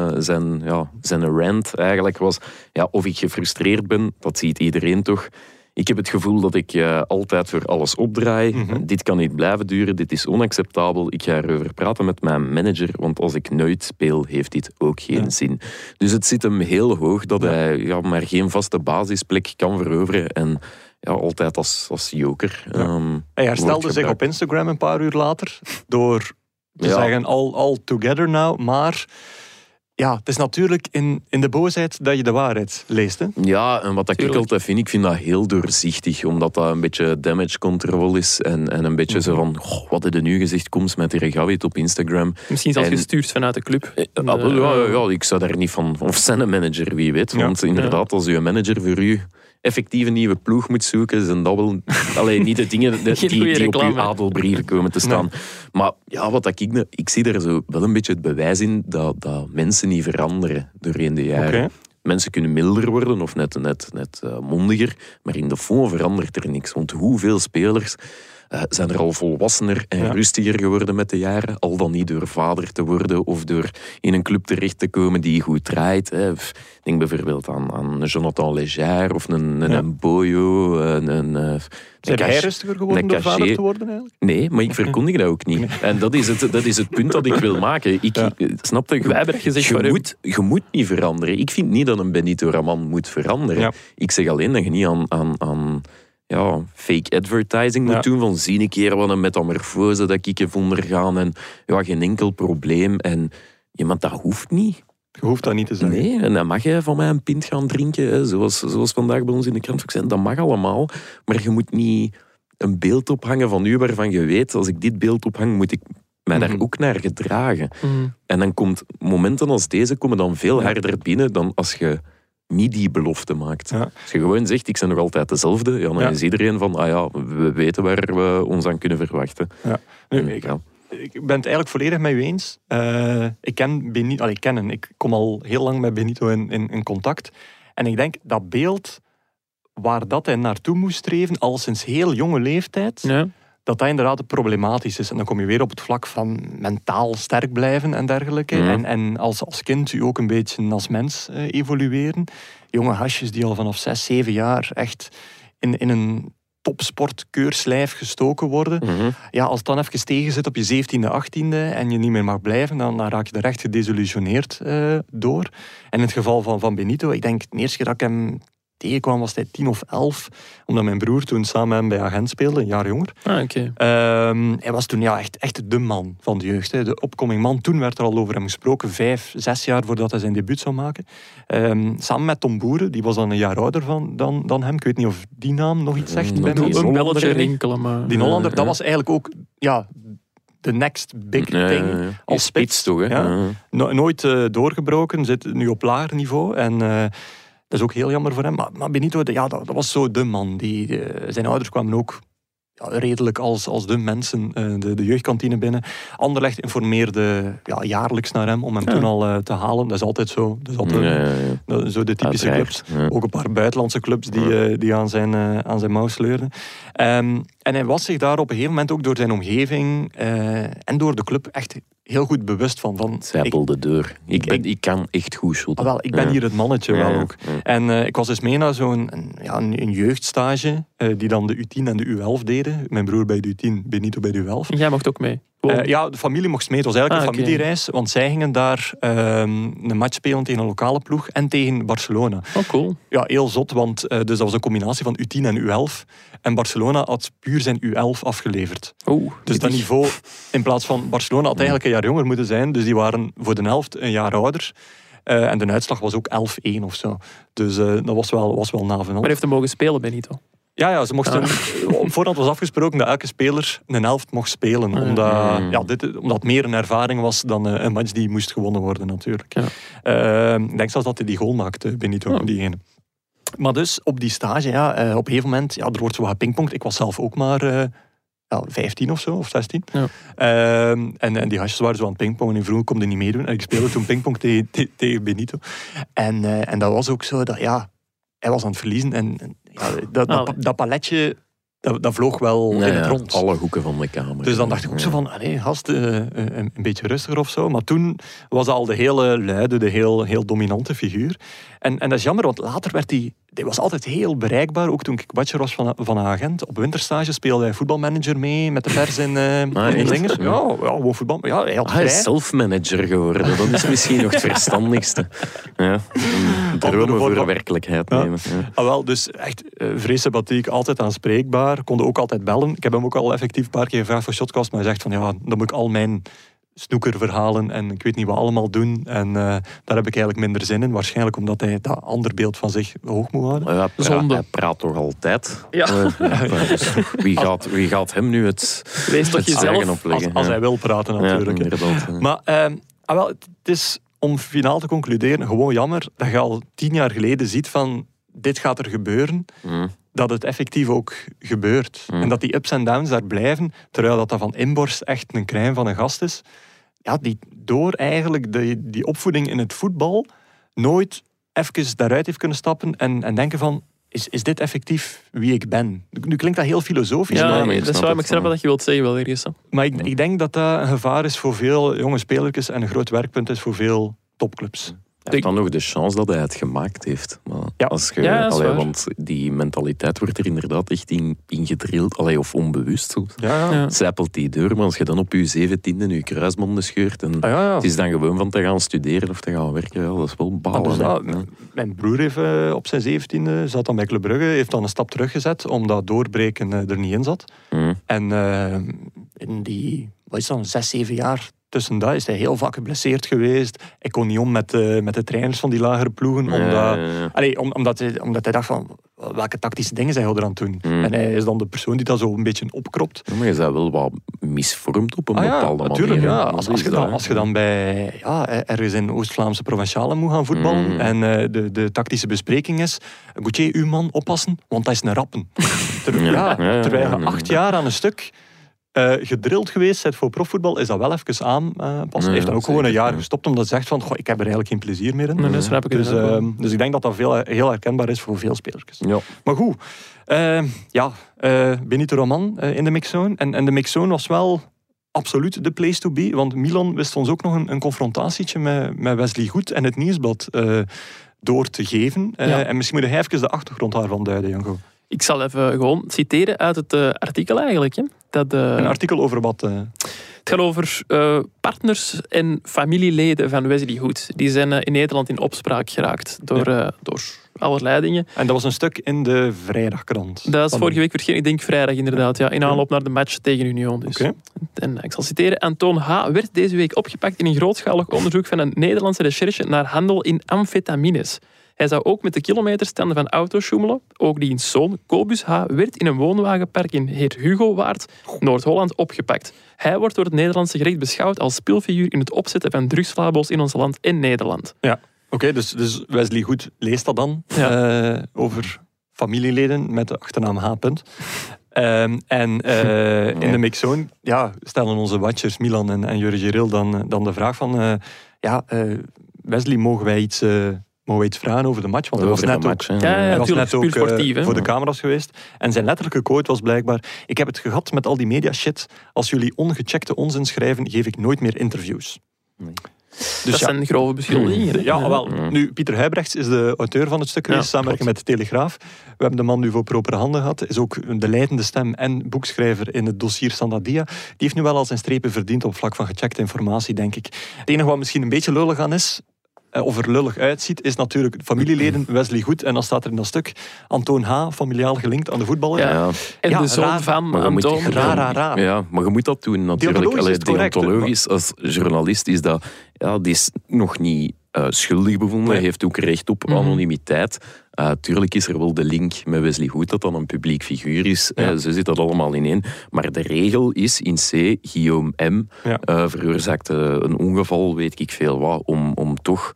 zijn rant eigenlijk was, of ik gefrustreerd ben, dat ziet iedereen toch... Ik heb het gevoel dat ik altijd voor alles opdraai. Dit kan niet blijven duren, dit is onacceptabel. Ik ga erover praten met mijn manager, want als ik nooit speel, heeft dit ook geen zin. Dus het zit hem heel hoog dat hij maar geen vaste basisplek kan veroveren. En altijd als joker.
Hij herstelde zich op Instagram een paar uur later door te zeggen all together now, maar... Ja, het is natuurlijk in de boosheid dat je de waarheid leest. Hè?
Ja, en wat ik altijd vind, ik vind dat heel doorzichtig, omdat dat een beetje damage control is en een beetje zo van, wat heb je nu gezegd, kom eens met die Regawit op Instagram.
Misschien zelfs gestuurd vanuit de club.
Ik zou daar niet van, of zijn een manager, wie weet. Want inderdaad, als je manager voor u effectief een nieuwe ploeg moet zoeken, zijn dat wel niet de dingen die op uw adelbrieven komen te staan. Nee. Maar ja, ik zie daar zo wel een beetje het bewijs in dat mensen niet veranderen doorheen de jaren. Okay. Mensen kunnen milder worden of net mondiger, maar in de fond verandert er niks. Want hoeveel spelers zijn er al volwassener en rustiger geworden met de jaren, al dan niet door vader te worden of door in een club terecht te komen die goed draait. Denk bijvoorbeeld aan Jonathan Léger of een Boyo.
Zijn hij rustiger geworden door vader te worden eigenlijk?
Nee, maar ik verkondig dat ook niet. Nee. En dat is het punt dat ik wil maken. Snap je? Je moet niet veranderen. Ik vind niet dat een Benito Raman moet veranderen. Ja. Ik zeg alleen dat je niet aan fake advertising moet doen, van zie een keer wat een metamorfose dat ik heb ondergaan en geen enkel probleem. En dat hoeft niet.
Je hoeft dat niet te zeggen.
Nee, en dan mag jij van mij een pint gaan drinken, hè, zoals vandaag bij ons in de krant ook zijn. Dat mag allemaal, maar je moet niet een beeld ophangen van u waarvan je weet, als ik dit beeld ophang, moet ik mij daar ook naar gedragen. En dan komt momenten als deze komen dan veel harder binnen dan als je niet die belofte maakt.
Ja.
Als je gewoon zegt, ik ben nog altijd dezelfde, ja, dan is iedereen van, we weten waar we ons aan kunnen verwachten.
Ja. Nu, ik ben het eigenlijk volledig met u eens. Ik ken Benito, ik kom al heel lang met Benito in contact. En ik denk dat beeld waar dat hij naartoe moest streven, al sinds heel jonge leeftijd, dat inderdaad problematisch is. En dan kom je weer op het vlak van mentaal sterk blijven en dergelijke. En als kind u ook een beetje als mens evolueren. Jonge hasjes die al vanaf 6, 7 jaar echt in een topsportkeurslijf gestoken worden. Ja, als het dan even tegen zit op je 17e, 18e en je niet meer mag blijven, dan raak je er echt gedesillusioneerd door. En in het geval van Benito, ik denk de eerste keer dat ik hem tegenkwam was hij 10 of 11, omdat mijn broer toen samen met hem bij Agent speelde, een jaar jonger. Hij was toen echt de man van de jeugd, de opkoming man. Toen werd er al over hem gesproken, 5, 6 jaar voordat hij zijn debuut zou maken. Samen met Tom Boeren, die was dan een jaar ouder dan hem. Ik weet niet of die naam nog iets zegt bij mij.
Een belletje rinkelen, maar...
Die Hollander, dat was eigenlijk ook... de next big thing.
Als spits toch, hè?
Ja. Nooit doorgebroken, zit nu op lager niveau. En dat is ook heel jammer voor hem. Maar Benito, dat was zo de man. Zijn ouders kwamen ook redelijk als de mensen de jeugdkantine binnen. Anderlecht informeerde jaarlijks naar hem, om hem toen al te halen. Dat is altijd zo. Dat is altijd zo de typische clubs. Ook een paar buitenlandse clubs die aan zijn mouw sleurden. En hij was zich daar op een gegeven moment ook door zijn omgeving en door de club echt heel goed bewust van
Zijpelde deur. Ik kan echt goed shotten.
Ik ben hier het mannetje wel ook. En ik was dus mee naar zo'n een jeugdstage die dan de U10 en de U11 deden. Mijn broer bij de U10, Benito bij de U11.
En jij mocht ook mee?
De familie mocht mee. Het was eigenlijk een familiereis, want zij gingen daar een match spelen tegen een lokale ploeg en tegen Barcelona.
Oh, cool.
Ja, heel zot, want dus dat was een combinatie van U10 en U11. En Barcelona had puur zijn U11 afgeleverd. Dus dat niveau, in plaats van Barcelona, had eigenlijk een jaar jonger moeten zijn. Dus die waren voor de helft een jaar ouder. En de uitslag was ook 11-1 of zo. Dus dat was wel navenant.
Maar heeft hij mogen spelen, Benito?
Ja, ze mochten... Op voorhand was afgesproken dat elke speler een helft mocht spelen. Omdat het meer een ervaring was dan een match die moest gewonnen worden, natuurlijk. Ik denk zelfs dat hij die goal maakte, Benito, diegene. Maar dus, op die stage, op een gegeven moment, er wordt zo wat gepingpongd. Ik was zelf ook maar 15 of zo, of 16. Ja. En die hasjes waren zo aan het pingpongen en vroeger kon hij niet meedoen. En ik speelde toen pingpong tegen Benito. En dat was ook zo dat, hij was aan het verliezen en dat paletje, dat vloog wel in het rond.
Alle hoeken van de kamer.
Dus dan dacht ik ook zo van, gast, een beetje rustiger of zo. Maar toen was al de hele luide, de heel dominante figuur. En dat is jammer, want later werd hij was altijd heel bereikbaar. Ook toen ik bachelor was van een agent. Op winterstage speelde hij voetbalmanager mee met de pers in Lingers. Ja, gewoon voetbal. Ja, hij had
hij is zelfmanager geworden. Dat is misschien nog het verstandigste. Ja. Dromen voor werkelijkheid nemen.
Ja. Dus echt vrees sympathiek, altijd aanspreekbaar. Konden ook altijd bellen. Ik heb hem ook al effectief een paar keer gevraagd voor shotcast, maar hij zegt van dan moet ik al mijn snoekerverhalen en ik weet niet wat allemaal doen. En daar heb ik eigenlijk minder zin in. Waarschijnlijk omdat hij dat ander beeld van zich hoog moet houden.
Hij praat toch altijd?
Ja.
Dus wie gaat hem nu het
jezelf
opleggen?
Als hij wil praten natuurlijk.
Ja,
maar het is, om finaal te concluderen, gewoon jammer dat je al 10 jaar geleden ziet van dit gaat er gebeuren. Dat het effectief ook gebeurt. En dat die ups en downs daar blijven, terwijl dat van inborst echt een crème van een gast is. Ja, die door eigenlijk die opvoeding in het voetbal nooit even daaruit heeft kunnen stappen en denken van, is dit effectief wie ik ben? Nu klinkt dat heel filosofisch.
Ja, dat is waar, maar ik snap wat je wilt zeggen wel ergens.
Maar ik denk dat dat een gevaar is voor veel jonge spelertjes en een groot werkpunt is voor veel topclubs.
Hij heeft dan nog de chance dat hij het gemaakt heeft. Maar als je, want die mentaliteit wordt er inderdaad echt ingedrild, of onbewust. Zijpelt die deur, maar als je dan op je 17e je kruisbanden scheurt en het is dan gewoon van te gaan studeren of te gaan werken, dat is wel balen.
Mijn broer heeft op zijn 17e, zat dan bij Club Brugge, heeft dan een stap teruggezet, omdat doorbreken er niet in zat. En in die 6-7 jaar tussen dat is hij heel vaak geblesseerd geweest. Hij kon niet om met de trainers van die lagere ploegen. Omdat hij dacht van, welke tactische dingen zijn we er aan het doen? En hij is dan de persoon die dat zo een beetje opkropt.
Ja, maar je bent wel wat misvormd op een bepaalde
natuurlijk,
manier.
Ja. Als je dan bij ergens in Oost-Vlaamse provinciale moet gaan voetballen en de tactische bespreking is, moet je uw man oppassen, want hij is een rappen. Terwijl je 8 jaar aan een stuk gedrild geweest bent voor profvoetbal, is dat wel even aanpassen. Hij heeft dan ook gewoon een jaar gestopt, omdat hij zegt van, ik heb er eigenlijk geen plezier meer in. Dus ik denk dat dat heel herkenbaar is voor veel spelers.
Ja.
Maar goed, Benito Roman in de mixzone. En de mixzone was wel absoluut de place to be, want Milan wist ons ook nog een confrontatietje met Wesley Goed en het Nieuwsblad door te geven. En misschien moet je even de achtergrond daarvan duiden, Janko.
Ik zal even gewoon citeren uit het artikel eigenlijk. Hè.
Een artikel over wat?
Het gaat over partners en familieleden van Wesley Goed. Die zijn in Nederland in opspraak geraakt door allerlei dingen.
En dat was een stuk in de Vrijdagkrant.
Dat is vorige week verschenen, ik denk vrijdag inderdaad. Ja, in aanloop naar de match tegen Union. Dus.
Okay.
En ik zal citeren. Antoon H. werd deze week opgepakt in een grootschalig onderzoek van een Nederlandse recherche naar handel in amfetamines. Hij zou ook met de kilometerstanden van auto's sjoemelen. Ook die in zoon, Kobus H., werd in een woonwagenpark in Heer Hugowaard, Noord-Holland, opgepakt. Hij wordt door het Nederlandse gerecht beschouwd als speelfiguur in het opzetten van drugslabels in ons land en Nederland.
Ja, oké, dus Wesley Goed leest dat dan over familieleden met de achternaam H. In de mixzone stellen onze watchers Milan en Jurgen Ril dan de vraag van Wesley, mogen wij iets vragen over de match? Want hij was net ook voor de camera's geweest. En zijn letterlijke quote was blijkbaar: ik heb het gehad met al die media shit. Als jullie ongecheckte onzin schrijven, geef ik nooit meer interviews.
Nee.
Dus dat zijn grove beschuldigingen.
Ja, wel. Nu, Pieter Huybrechts is de auteur van het stuk geweest, samenwerking met de Telegraaf. We hebben de man nu voor propere handen gehad. Is ook de leidende stem en boekschrijver in het dossier Sandadia. Die heeft nu wel al zijn strepen verdiend op vlak van gecheckte informatie, denk ik. Het enige wat misschien een beetje lullig aan is, of er lullig uitziet, is natuurlijk familieleden Wesley Goed. En dan staat er in dat stuk Antoon H., familiaal gelinkt aan de voetballer.
Ja. En de zoon van Antoon.
Raar.
Ja, maar je moet dat doen natuurlijk. Deontologisch als journalist is dat... Ja, die is nog niet schuldig bevonden. Hij heeft ook recht op anonimiteit. Tuurlijk is er wel de link met Wesley Goed, dat dan een publiek figuur is. Zo zit dat allemaal ineen. Maar de regel is in C, Guillaume M. Veroorzaakte een ongeval, weet ik veel wat, om toch...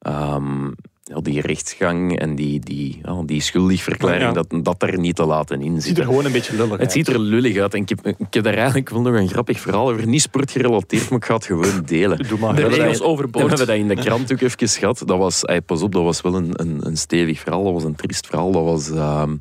die rechtsgang en die schuldigverklaring, dat er niet te laten in zitten. Het
ziet er gewoon een beetje lullig uit.
Het ziet er lullig uit. En ik heb daar eigenlijk wel nog een grappig verhaal over. Niet sportgerelateerd, maar ik ga het gewoon delen.
Doe maar.
De regels overboord.
We hebben dat in de krant ook even gehad. Dat was, pas op, dat was wel een stevig verhaal. Dat was een triest verhaal. Dat was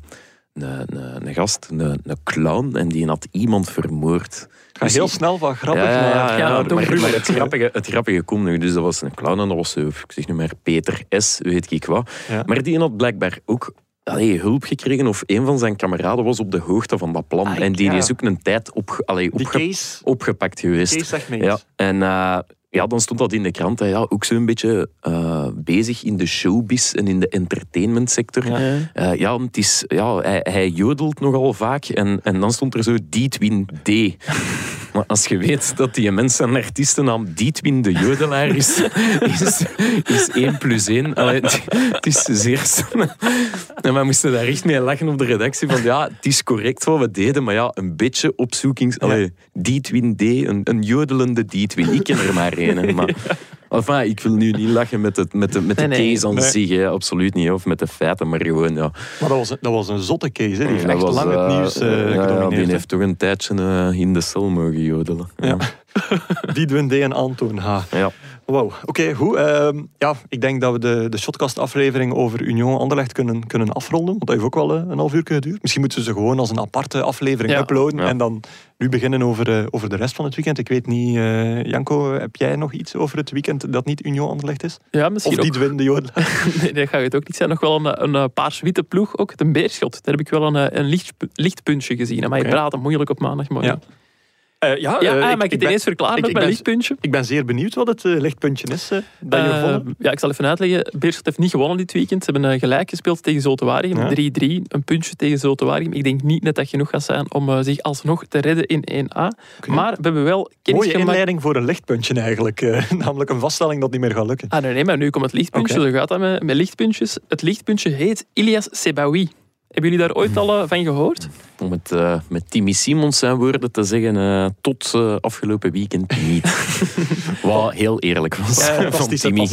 een gast, een clown, en die had iemand vermoord.
Ga heel snel van grappig
naar... Maar het grappige komt nu. Dus dat was een clown en dat was zo, ik zeg nu maar Peter S., weet ik wat. Ja. Maar die had blijkbaar ook hulp gekregen, of een van zijn kameraden was op de hoogte van dat plan. En die is ook een tijd opgepakt geweest.
Case zegt me iets.
En dan stond dat in de krant. Ook zo'n beetje bezig in de showbiz en in de entertainmentsector. Het is, hij jodelt nogal vaak. En dan stond er zo Dietwin D. Maar als je weet dat die mensen een artiestennaam Dietwin de Jodelaar is 1+1. Het is zeer... En we moesten daar echt mee lachen op de redactie. Van het is correct wat we deden, maar een beetje opzoekings... Dietwin D, een jodelende Dietwin. Ik ken er maar één. Maar ik wil nu niet lachen met de case aan zich, absoluut niet. Of met de feiten, maar gewoon,
Maar dat was een zotte case, hè? Die heeft echt lang het nieuws gedomineerd.
Die heeft toch een tijdje in de cel mogen jodelen. Ja.
Dietwin D en Antoon H.
Ja.
Wauw, oké, goed. Ik denk dat we de Shotcast-aflevering over Union Anderlecht kunnen afronden. Want dat heeft ook wel een half uur geduurd. Misschien moeten we ze gewoon als een aparte aflevering uploaden. Ja. En dan nu beginnen over de rest van het weekend. Ik weet niet, Janko, heb jij nog iets over het weekend dat niet Union Anderlecht is?
Ja, misschien
of Dietwin de Jodelaar?
Nee, dat gaat het ook niet zijn. Nog wel een paars-witte ploeg, ook een Beerschot. Daar heb ik wel een lichtpuntje gezien. Maar je praat moeilijk op maandagmorgen.
Ja.
maar ik het ineens verklaren ook met een lichtpuntje.
Ik ben zeer benieuwd wat het lichtpuntje is dat je gevonden.
Ja, ik zal even uitleggen. Beerschot heeft niet gewonnen dit weekend. Ze hebben gelijk gespeeld tegen Zulte Waregem. 3-3, een puntje tegen Zulte Waregem. Ik denk niet net dat genoeg gaat zijn om zich alsnog te redden in 1A. Okay. Maar we hebben wel kennis
mooie inleiding voor een lichtpuntje eigenlijk. Namelijk een vaststelling dat niet meer gaat lukken.
Nee, maar nu komt het lichtpuntje. Zo gaat dat met lichtpuntjes. Het lichtpuntje heet Ilias Sebaoui. Hebben jullie daar ooit al van gehoord?
Om het met Timmy Simons zijn woorden te zeggen, tot afgelopen weekend niet. Wat heel eerlijk was van Timmy.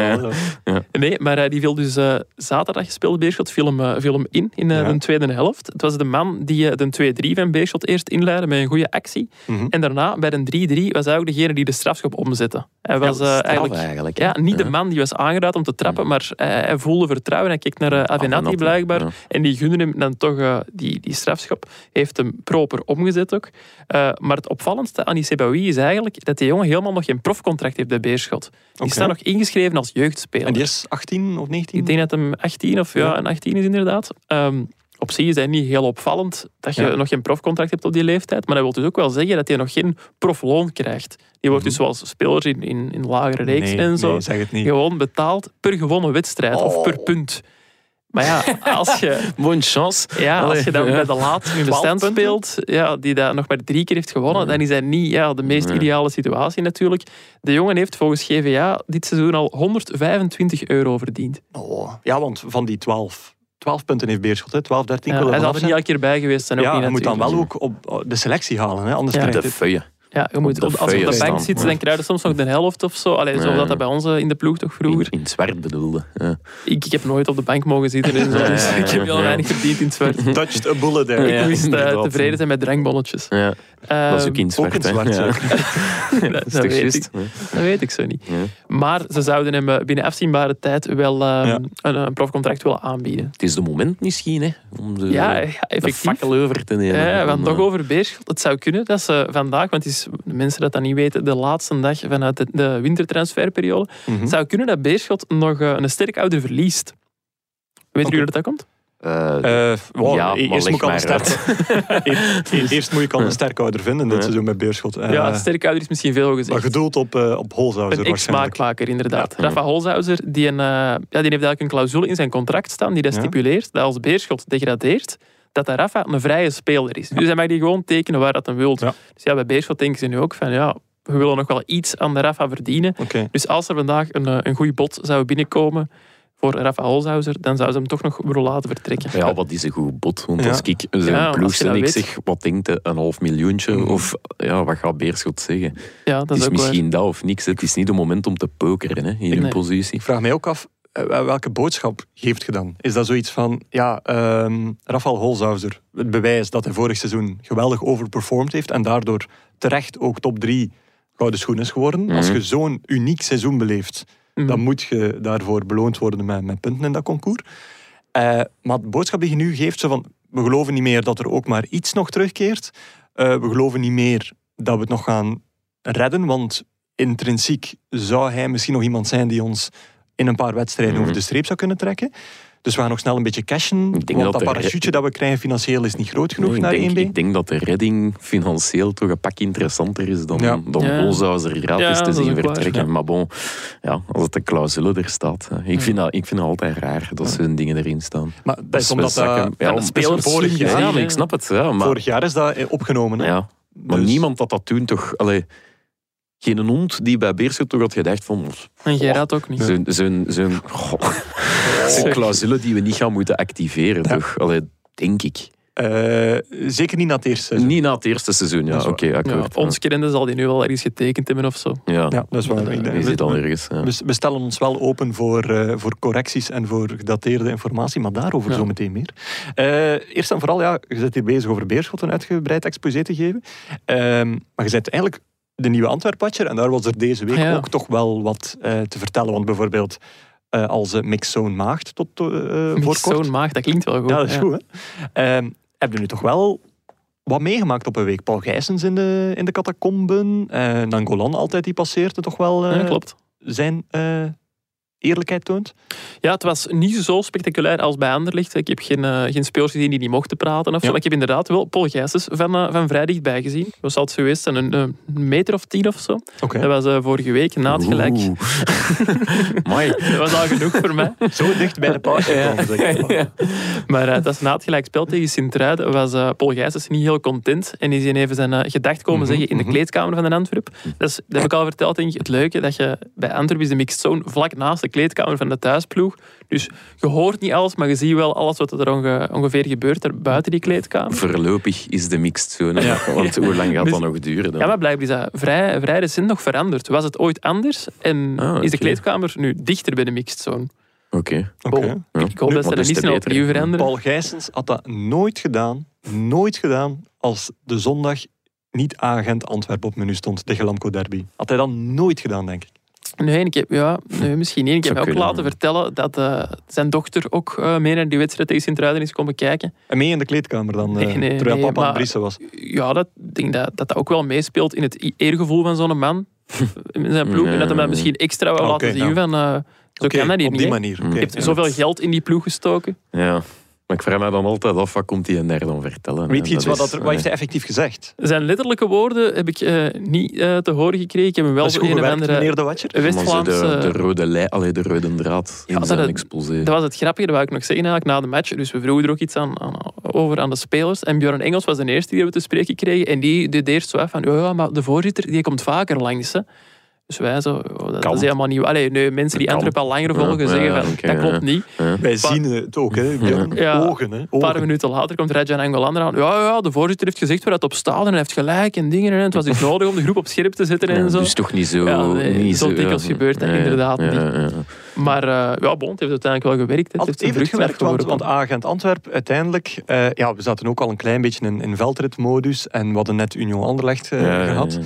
Nee, maar die viel dus zaterdag gespeeld, Beerschot, viel hem in de tweede helft. Het was de man die de 2-3 van Beerschot eerst inleidde met een goede actie. En daarna, bij de 3-3, was hij ook degene die de strafschop omzette. Hij was eigenlijk niet de man die was aangeduid om te trappen, maar hij voelde vertrouwen. Hij keek naar Avenatti blijkbaar. Ja. En die gunde hem dan toch die strafschop. Heeft hem proper omgezet ook. Maar het opvallendste aan die Sebaoui is eigenlijk dat die jongen helemaal nog geen profcontract heeft bij Beerschot. Die staat nog ingeschreven als jeugdspeler.
En die is 18 of 19?
Ik denk dat hem 18 of een 18 is inderdaad. Op zich is hij niet heel opvallend dat je nog geen profcontract hebt op die leeftijd. Maar dat wil dus ook wel zeggen dat hij nog geen profloon krijgt. Die wordt dus zoals spelers in lagere reeksen en zo gewoon betaald per gewonnen wedstrijd of per punt. Maar ja, als je...
Mooie chance.
Ja, als je dan bij de laatste in de stand speelt, die dat nog maar 3 keer heeft gewonnen, dan is dat niet de meest ideale situatie natuurlijk. De jongen heeft volgens GVA dit seizoen al €125 verdiend.
Ja, want van die 12 punten heeft Beerschot, 12, 13.
Hij zal er niet elke keer bij geweest zijn.
Hij moet dan wel ook op de selectie halen. Hè? Anders krijgt
de feuille.
Ja, je moet, als je op de bank zit, dan krijg je soms nog de helft of zo. Zoals dat bij ons in de ploeg toch vroeger.
In het zwart bedoelde. Ja.
Ik heb nooit op de bank mogen zitten. En zo, dus ik heb heel weinig verdiend in het zwart.
Touched a bullet there.
Ik moest tevreden zijn met drankbonnetjes.
Ja. Dat is ook in het zwart.
Dat weet ik zo niet. Ja. Maar ze zouden hem binnen afzienbare tijd wel een profcontract willen aanbieden.
Het is de moment misschien, hè, om de fakkel over te nemen.
Ja, want nog over Beerschot. Het zou kunnen dat ze vandaag, want het is, de mensen dat niet weten, de laatste dag vanuit de wintertransferperiode, het zou kunnen dat Beerschot nog een sterkouder verliest. Weet jullie dat dat komt?
Eerst moet ik al een sterkouder vinden dit seizoen met Beerschot.
Sterkouder is misschien veel gezegd.
Maar gedoeld op Holzhauser.
Een ex-smaakmaker, inderdaad. Rafa Holzhauser, die heeft eigenlijk een clausule in zijn contract staan die dat stipuleert dat als Beerschot degradeert, dat Rafa een vrije speler is. Dus hij mag die gewoon tekenen waar dat hem wil. Ja. Dus bij Beerschot denken ze nu ook van we willen nog wel iets aan de Rafa verdienen. Okay. Dus als er vandaag een goed bod zou binnenkomen voor Rafa Holzhauser, dan zou ze hem toch nog willen laten vertrekken.
Ja, wat is een goed bod? Want als ik zo'n ploeg en ik zeg, wat denkt je, €500.000? Of wat gaat Beerschot zeggen?
Ja, dat
het is misschien
waar.
dat of niks. Het is niet het moment om te pokeren in een positie.
Ik vraag mij ook af, welke boodschap geeft je dan? Is dat zoiets van, Rafa Holzhauser, het bewijs dat hij vorig seizoen geweldig overperformed heeft en daardoor terecht ook top 3 gouden schoen is geworden. Als je zo'n uniek seizoen beleeft, dan moet je daarvoor beloond worden met punten in dat concours. Maar de boodschap die je nu geeft, zo van, we geloven niet meer dat er ook maar iets nog terugkeert. We geloven niet meer dat we het nog gaan redden, want intrinsiek zou hij misschien nog iemand zijn die ons in een paar wedstrijden over de streep zou kunnen trekken. Dus we gaan nog snel een beetje cashen, want dat parachute dat we krijgen financieel is niet groot genoeg naar 1B.
Ik denk dat de redding financieel toch een pak interessanter is dan Holzhauser gratis te zien vertrekken. Ja. Maar bon, als het een clausule er staat. Ik vind dat altijd raar dat zo'n dingen erin staan.
Maar dat is omdat de spelers
vorig jaar... Ja, ik snap het. Ja, maar,
vorig jaar is dat opgenomen. Hè?
Ja, maar niemand had dat toen toch... Geen hond die bij Beerschot toch had gedacht van...
En jij had ook niet.
Zo'n clausule die we niet gaan moeten activeren, toch? Denk ik.
Zeker niet na het eerste seizoen.
Niet na het eerste seizoen, akkoord.
Ons kennende zal die nu wel ergens getekend hebben of zo.
Ja, dat is waar. Je zit al ergens. Ja.
We stellen ons wel open voor correcties en voor gedateerde informatie, maar daarover zo meteen meer. Eerst en vooral, je zit hier bezig over Beerschot een uitgebreid exposé te geven. Maar je bent eigenlijk de nieuwe Antwerp-watcher en daar was er deze week ook toch wel wat te vertellen. Want bijvoorbeeld als Mixzone Maagd tot voor kort.
Mixzone Maagd, dat klinkt wel goed.
Ja, dat is goed. Heb je nu toch wel wat meegemaakt op een week? Paul Gijsens in de catacomben. Nangolan altijd, die passeerde toch wel
klopt.
zijn eerlijkheid toont?
Ja, het was niet zo spectaculair als bij Anderlecht. Ik heb geen spelers gezien die niet mochten praten of zo. Maar ik heb inderdaad wel Paul Gijsens van vrij dichtbij gezien. Dat zal het zo geweest zijn, een meter of 10 of zo.
Okay.
Dat was vorige week, na het gelijk. Dat was al genoeg voor mij.
Zo dicht bij de pauze gekomen.
Ja. Maar dat is na het gelijkspel tegen Sint-Truiden was Paul Gijsens niet heel content. En is hij even zijn gedacht komen zeggen in de kleedkamer van de Antwerp. Dat heb ik al verteld, denk ik. Het leuke dat je bij Antwerp is de mixed zone vlak naast de kleedkamer van de thuisploeg. Dus je hoort niet alles, maar je ziet wel alles wat er ongeveer gebeurt er buiten die kleedkamer.
Voorlopig is de mixed zone. Ja. Want hoe lang gaat dat nog duren dan?
Ja, maar blijkbaar is dat vrij recent nog veranderd. Was het ooit anders? En is de kleedkamer nu dichter bij de mixed zone?
Oké.
Ik hoop dat ze dat niet snel opnieuw veranderen.
Paul Gijsens had dat nooit gedaan als de zondag niet agent Antwerpen op menu stond tegen Lamco Derby. Had hij dat nooit gedaan, denk ik.
Nee, misschien niet. Ik heb mij ook laten vertellen dat zijn dochter ook mee naar die wedstrijd tegen Sint-Truiden is komen kijken.
En mee in de kleedkamer dan, terwijl papa aan het briesen was?
Ja, ik denk dat ook wel meespeelt in het eergevoel van zo'n man. In zijn ploeg. En dat hem dat misschien extra wel laten zien van... Zo kan dat hier
op
niet.
Die manier.
Je hebt zoveel geld in die ploeg gestoken.
Ja. Maar ik vraag me dan altijd af, wat komt hij daar dan vertellen?
Weet je iets wat heeft hij effectief gezegd?
Zijn letterlijke woorden heb ik niet te horen gekregen. Ik heb hem wel
zo een of andere
meneer De Watcher.
West-Vlaamse... De rode draad in zijn exposé.
Dat was het grappige, dat wou ik nog zeggen eigenlijk, na de match. Dus we vroegen er ook iets over aan de spelers. En Björn Engels was de eerste die we te spreken kregen. En die deed eerst zo af van, ja, maar de voorzitter die komt vaker langs. Hè. Dus wij zo, dat is helemaal niet... mensen die Antwerpen al langer volgen zeggen van, dat klopt niet.
Wij zien het ook, hè. Ogen, hè.
Een paar minuten later komt Rajan Angolan aan. Ja, de voorzitter heeft gezegd waar het op staat en hij heeft gelijk en dingen. En het was dus nodig om de groep op scherp te zetten en zo.
Dus toch niet zo...
zo dikwijls gebeurt dat inderdaad niet. Maar het heeft uiteindelijk wel gewerkt.
Het heeft gewerkt, want agent Antwerp uiteindelijk... we zaten ook al een klein beetje in veldritmodus en we hadden net Union Anderlecht gehad.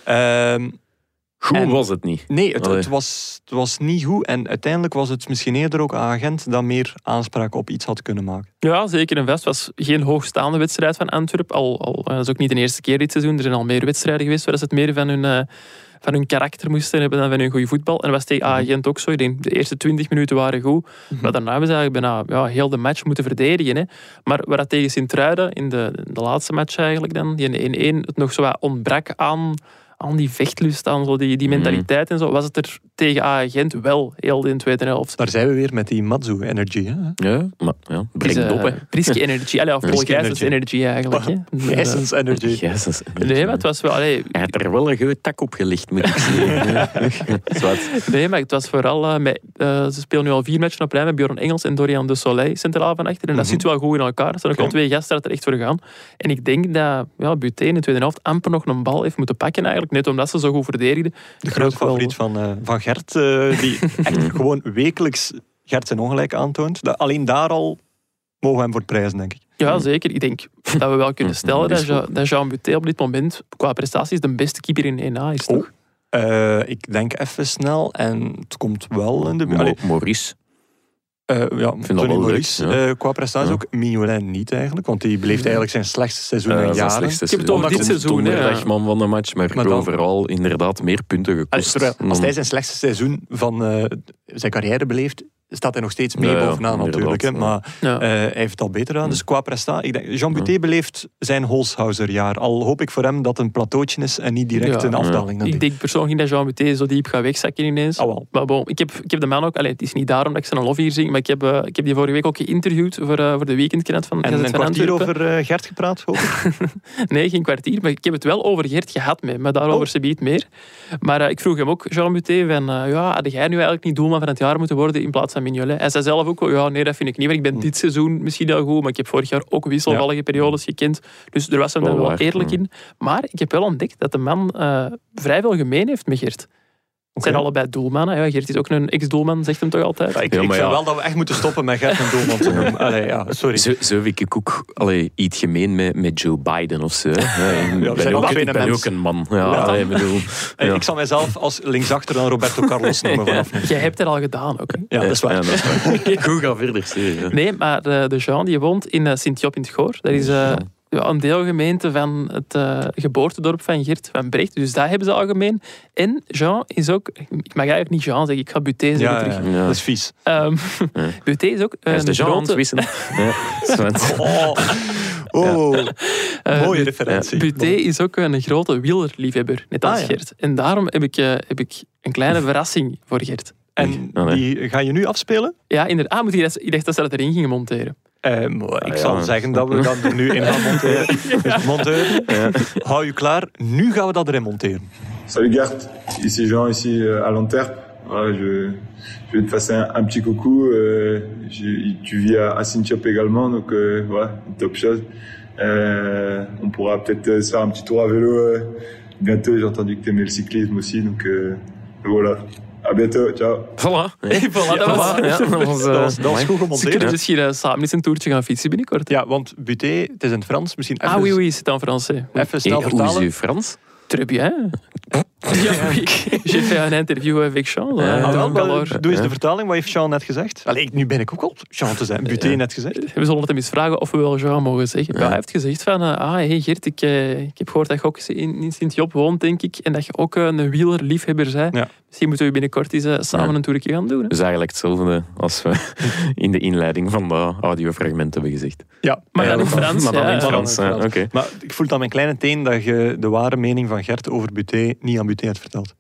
Goed was het niet.
Nee, het was niet goed. En uiteindelijk was het misschien eerder ook agent dat meer aanspraak op iets had kunnen maken.
Ja, zeker en vast. Het was geen hoogstaande wedstrijd van Antwerp. Dat is ook niet de eerste keer dit seizoen. Er zijn al meer wedstrijden geweest waar ze het meer van hun karakter moesten hebben dan van hun goede voetbal. En dat was tegen agent ook zo. Ik denk, de eerste 20 minuten waren goed. Maar daarna hebben ze eigenlijk bijna heel de match moeten verdedigen. Hè. Maar waar dat tegen Sint-Truiden, in de laatste match eigenlijk dan, die 1-1, het nog zo wat ontbrak aan die vechtlust, aan zo die mentaliteit en zo, was het er tegen agent wel heel in de tweede helft.
Daar zijn we weer met die Matsu-energy.
Ja, maar breekt op, hè.
Briske energy. Of Paul Gijsens energy eigenlijk.
Gijsens energy.
Nee, maar het was wel...
Hij had er wel een goede tak op gelegd, moet ik zeggen.
Nee, maar het was vooral... ze spelen nu al 4 matchen op rij met Björn Engels en Dorian de Soleil centraal van achter. En dat zit wel goed in elkaar. Er zijn ook al 2 gasten dat er echt voor gaan. En ik denk dat Buté in de tweede helft amper nog een bal heeft moeten pakken eigenlijk. Net omdat ze zo goed verdedigden.
De grote favoriet van Gert, die echt gewoon wekelijks Gert zijn ongelijk aantoont. Alleen daar al mogen we hem voor prijzen, denk ik.
Ja, zeker. Ik denk dat we wel kunnen stellen dat Jean Buté op dit moment qua prestaties de beste keeper in 1A is, toch?
Ik denk even snel en het komt wel in de...
Maurice.
Tony Maurice, qua prestaties ook. Mignolet niet eigenlijk, want die beleeft eigenlijk zijn slechtste seizoen in jaren.
Ik heb het over dit seizoen.
Dagman van de match, maar overal inderdaad meer punten gekost.
Als hij zijn slechtste seizoen van zijn carrière beleeft, staat hij nog steeds mee bovenaan natuurlijk. Hè, maar hij heeft het al beter gedaan. Dus qua prestatie, ik denk, Jean Buté beleeft zijn Holshouser-jaar. Al hoop ik voor hem dat het een plateautje is en niet direct een afdaling.
Ik denk persoonlijk niet dat Jean Buté zo diep gaat wegzakken ineens. Maar bon, ik heb de man ook... het is niet daarom dat ik zijn lof hier zing, maar ik heb die vorige week ook geïnterviewd voor de weekendkrant van
en een kwartier over Gert gepraat, hoop ik?
Nee, geen kwartier, maar ik heb het wel over Gert gehad maar daarover ze biedt meer. Maar ik vroeg hem ook, Jean Buté, van had jij nu eigenlijk niet doelman van het jaar moeten worden in plaats van Mignolet? Hij zei zelf ook, nee, dat vind ik niet, want ik ben dit seizoen misschien heel goed, maar ik heb vorig jaar ook wisselvallige periodes gekend. Dus er was hem dan wel eerlijk in. Maar ik heb wel ontdekt dat de man vrij veel gemeen heeft met Gert. Het zijn allebei doelmannen. Ja, Gert is ook een ex-doelman, zegt hem toch altijd.
Ik vind wel dat we echt moeten stoppen met Gert een doelman te noemen. Sorry.
Zo heb ik ook iets gemeen met Joe Biden of zo. Ik ben ook een man.
Ik zal mijzelf als linksachter dan Roberto Carlos noemen vanaf nu.
Jij hebt het al gedaan ook. Hè?
Ja, dat is waar.
Goed, ga verder.
Nee, maar de Jean die woont in Sint-Job in het Goor. Dat is een deelgemeente van het geboortedorp van Gert van Brecht. Dus dat hebben ze al gemeen. En Jean is ook... Ik mag eigenlijk niet Jean zeggen, ik ga Buté zeggen terug.
Ja, dat is vies.
Buté is ook
Hij is de Jean aan het wissen.
Mooie referentie.
Buté is ook een grote wielerliefhebber, net als Gert. En daarom heb ik een kleine verrassing voor Gert.
En die ga je nu afspelen?
Ja, inderdaad. Ik dacht dat ze dat erin gingen monteren.
Ik zal zeggen dat we dat er nu in gaan monteren. Dus monteur, hou je klaar. Nu gaan we dat erin monteren.
Salut Gert, ici Jean, ici à l'Antwerp. Voilà, je vais te passer un petit coucou. Tu vis à Sint-Job également, donc voilà, une top chose. On pourra peut-être se faire un petit tour à vélo bientôt. J'ai entendu que tu aimais le cyclisme aussi, donc voilà. À bientôt, ciao.
Voilà.
Dat was goed gemonteerd.
Ze kunnen misschien samen eens een toertje gaan fietsen binnenkort.
Ja, want Buté, het is in het Frans. Misschien even...
Ah, oui, c'est en français.
Even snel vertalen.
Hoe is uw Frans?
Très bien. J'ai fait un interview avec Jean.
Doe eens de vertaling. Wat heeft Jean net gezegd? Nu ben ik ook al Jean te zijn. Buté net gezegd.
We zullen het hem eens vragen of we wel Jean mogen zeggen. Ja. Hij heeft gezegd van... hey Gert, ik heb gehoord dat je ook in Sint-Job woont, denk ik. En dat je ook een wielerliefhebber bent. Ja. Misschien moeten we binnenkort eens samen een toertje gaan doen. Hè?
Dus eigenlijk hetzelfde als we in de inleiding van de audiofragment hebben gezegd.
Ja,
maar dan in Frans.
Maar dan in Frans.
Okay. Maar ik voel aan mijn kleine teen dat je de ware mening van Gert over Buté niet aan Buté hebt verteld.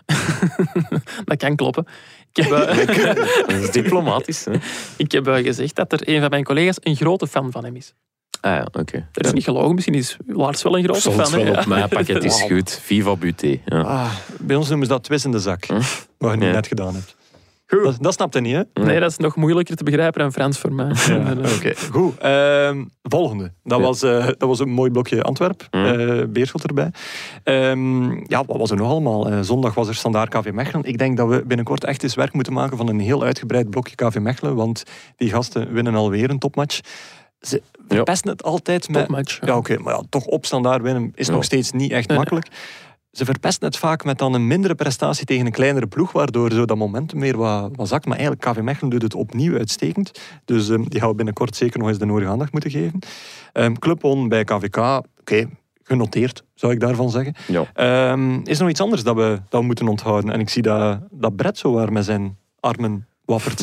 Dat kan kloppen. Dat
is diplomatisch. Hè?
Ik heb gezegd dat er een van mijn collega's een grote fan van hem is.
Ah ja, oké.
Dat is niet gelogen. Misschien is Lars wel een grote fan.
Soms wel op mijn pakket is goed. Viva Buté. Ja.
Bij ons noemen ze dat twist in de zak. Wat je nu net gedaan hebt. Dat snapt hij niet, hè?
Nee, dat is nog moeilijker te begrijpen dan Frans voor mij.
Ja, Oké, goed. Volgende. Dat was een mooi blokje Antwerp. Beerschot erbij. Wat was er nog allemaal? Zondag was er Standaard KV Mechelen. Ik denk dat we binnenkort echt eens werk moeten maken van een heel uitgebreid blokje KV Mechelen. Want die gasten winnen alweer een topmatch. Ze verpesten het altijd met...
Topmatch.
Ja, oké, maar toch op Standaard winnen is nog steeds niet echt makkelijk. Ze verpesten het vaak met dan een mindere prestatie tegen een kleinere ploeg, waardoor zo dat momentum weer wat zakt. Maar eigenlijk, KV Mechelen doet het opnieuw uitstekend. Dus die gaan we binnenkort zeker nog eens de nodige aandacht moeten geven. Club won bij KVK. Oké, genoteerd, zou ik daarvan zeggen. Ja. Is er nog iets anders dat we moeten onthouden? En ik zie dat Brett zo waar met zijn armen wappert.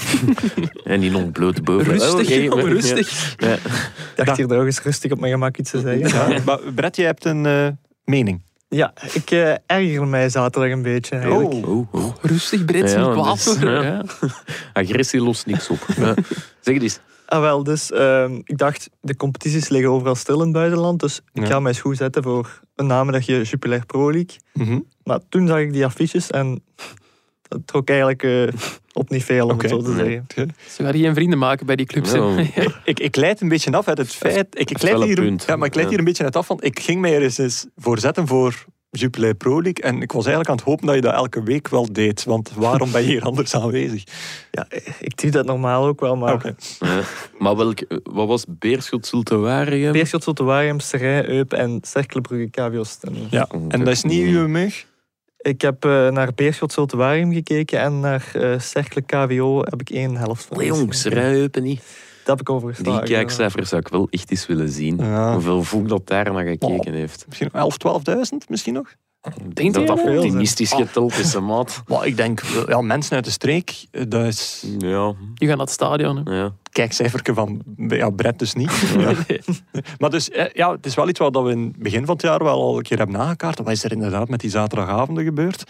En die ontbloot boven.
Rustig.
Ja. Ik dacht hier nog eens rustig op mijn gemak iets te zeggen.
Ja. Maar Brett, jij hebt een mening.
Ja, ik erger mij zaterdag een beetje.
Rustig, Brett, niet kwaad worden.
Agressie lost niks op. Zeg het eens.
Dus ik dacht, de competities liggen overal stil in het buitenland, dus ik ga mij eens goed zetten voor een namidagje Jupiler Pro League. Mm-hmm. Maar toen zag ik die affiches en dat trok eigenlijk op niet veel, om het zo te zeggen.
Ze gaan geen vrienden maken bij die clubs.
Ik leid een beetje af uit het feit... Ik leid hier een beetje uit af, want ik ging mij er eens voor zetten voor Jupiler Pro League. En ik was eigenlijk aan het hopen dat je dat elke week wel deed. Want waarom ben je hier anders aanwezig?
Ja, ik doe dat normaal ook wel, maar...
Okay. Maar wat was Beerschot, Zulte Waregem?
Beerschot, Zulte Waregem, Serij, Eupen en Cercle Brugge KV Oostende.
Ja, en dat is niet uw mug?
Ik heb naar Beerschot, Zulte Waregem gekeken en naar Cercle KVO heb ik 1 helft van.
Jongens, Serij, Eupen niet.
Dat heb ik overgeslagen.
Die kijkcijfers zou ik wel echt eens willen zien. Ja. Hoeveel volk dat daar naar gekeken heeft.
Misschien 11.000, 12.000 misschien nog?
Denk dat optimistisch geteld is, maat.
Ik denk, mensen uit de streek, dat is...
Ja.
Die gaan naar het stadion.
Ja.
Kijkcijferke van Brett dus niet. Ja. Maar dus, het is wel iets wat we in het begin van het jaar wel al een keer hebben nagekaart. Wat is er inderdaad met die zaterdagavonden gebeurd?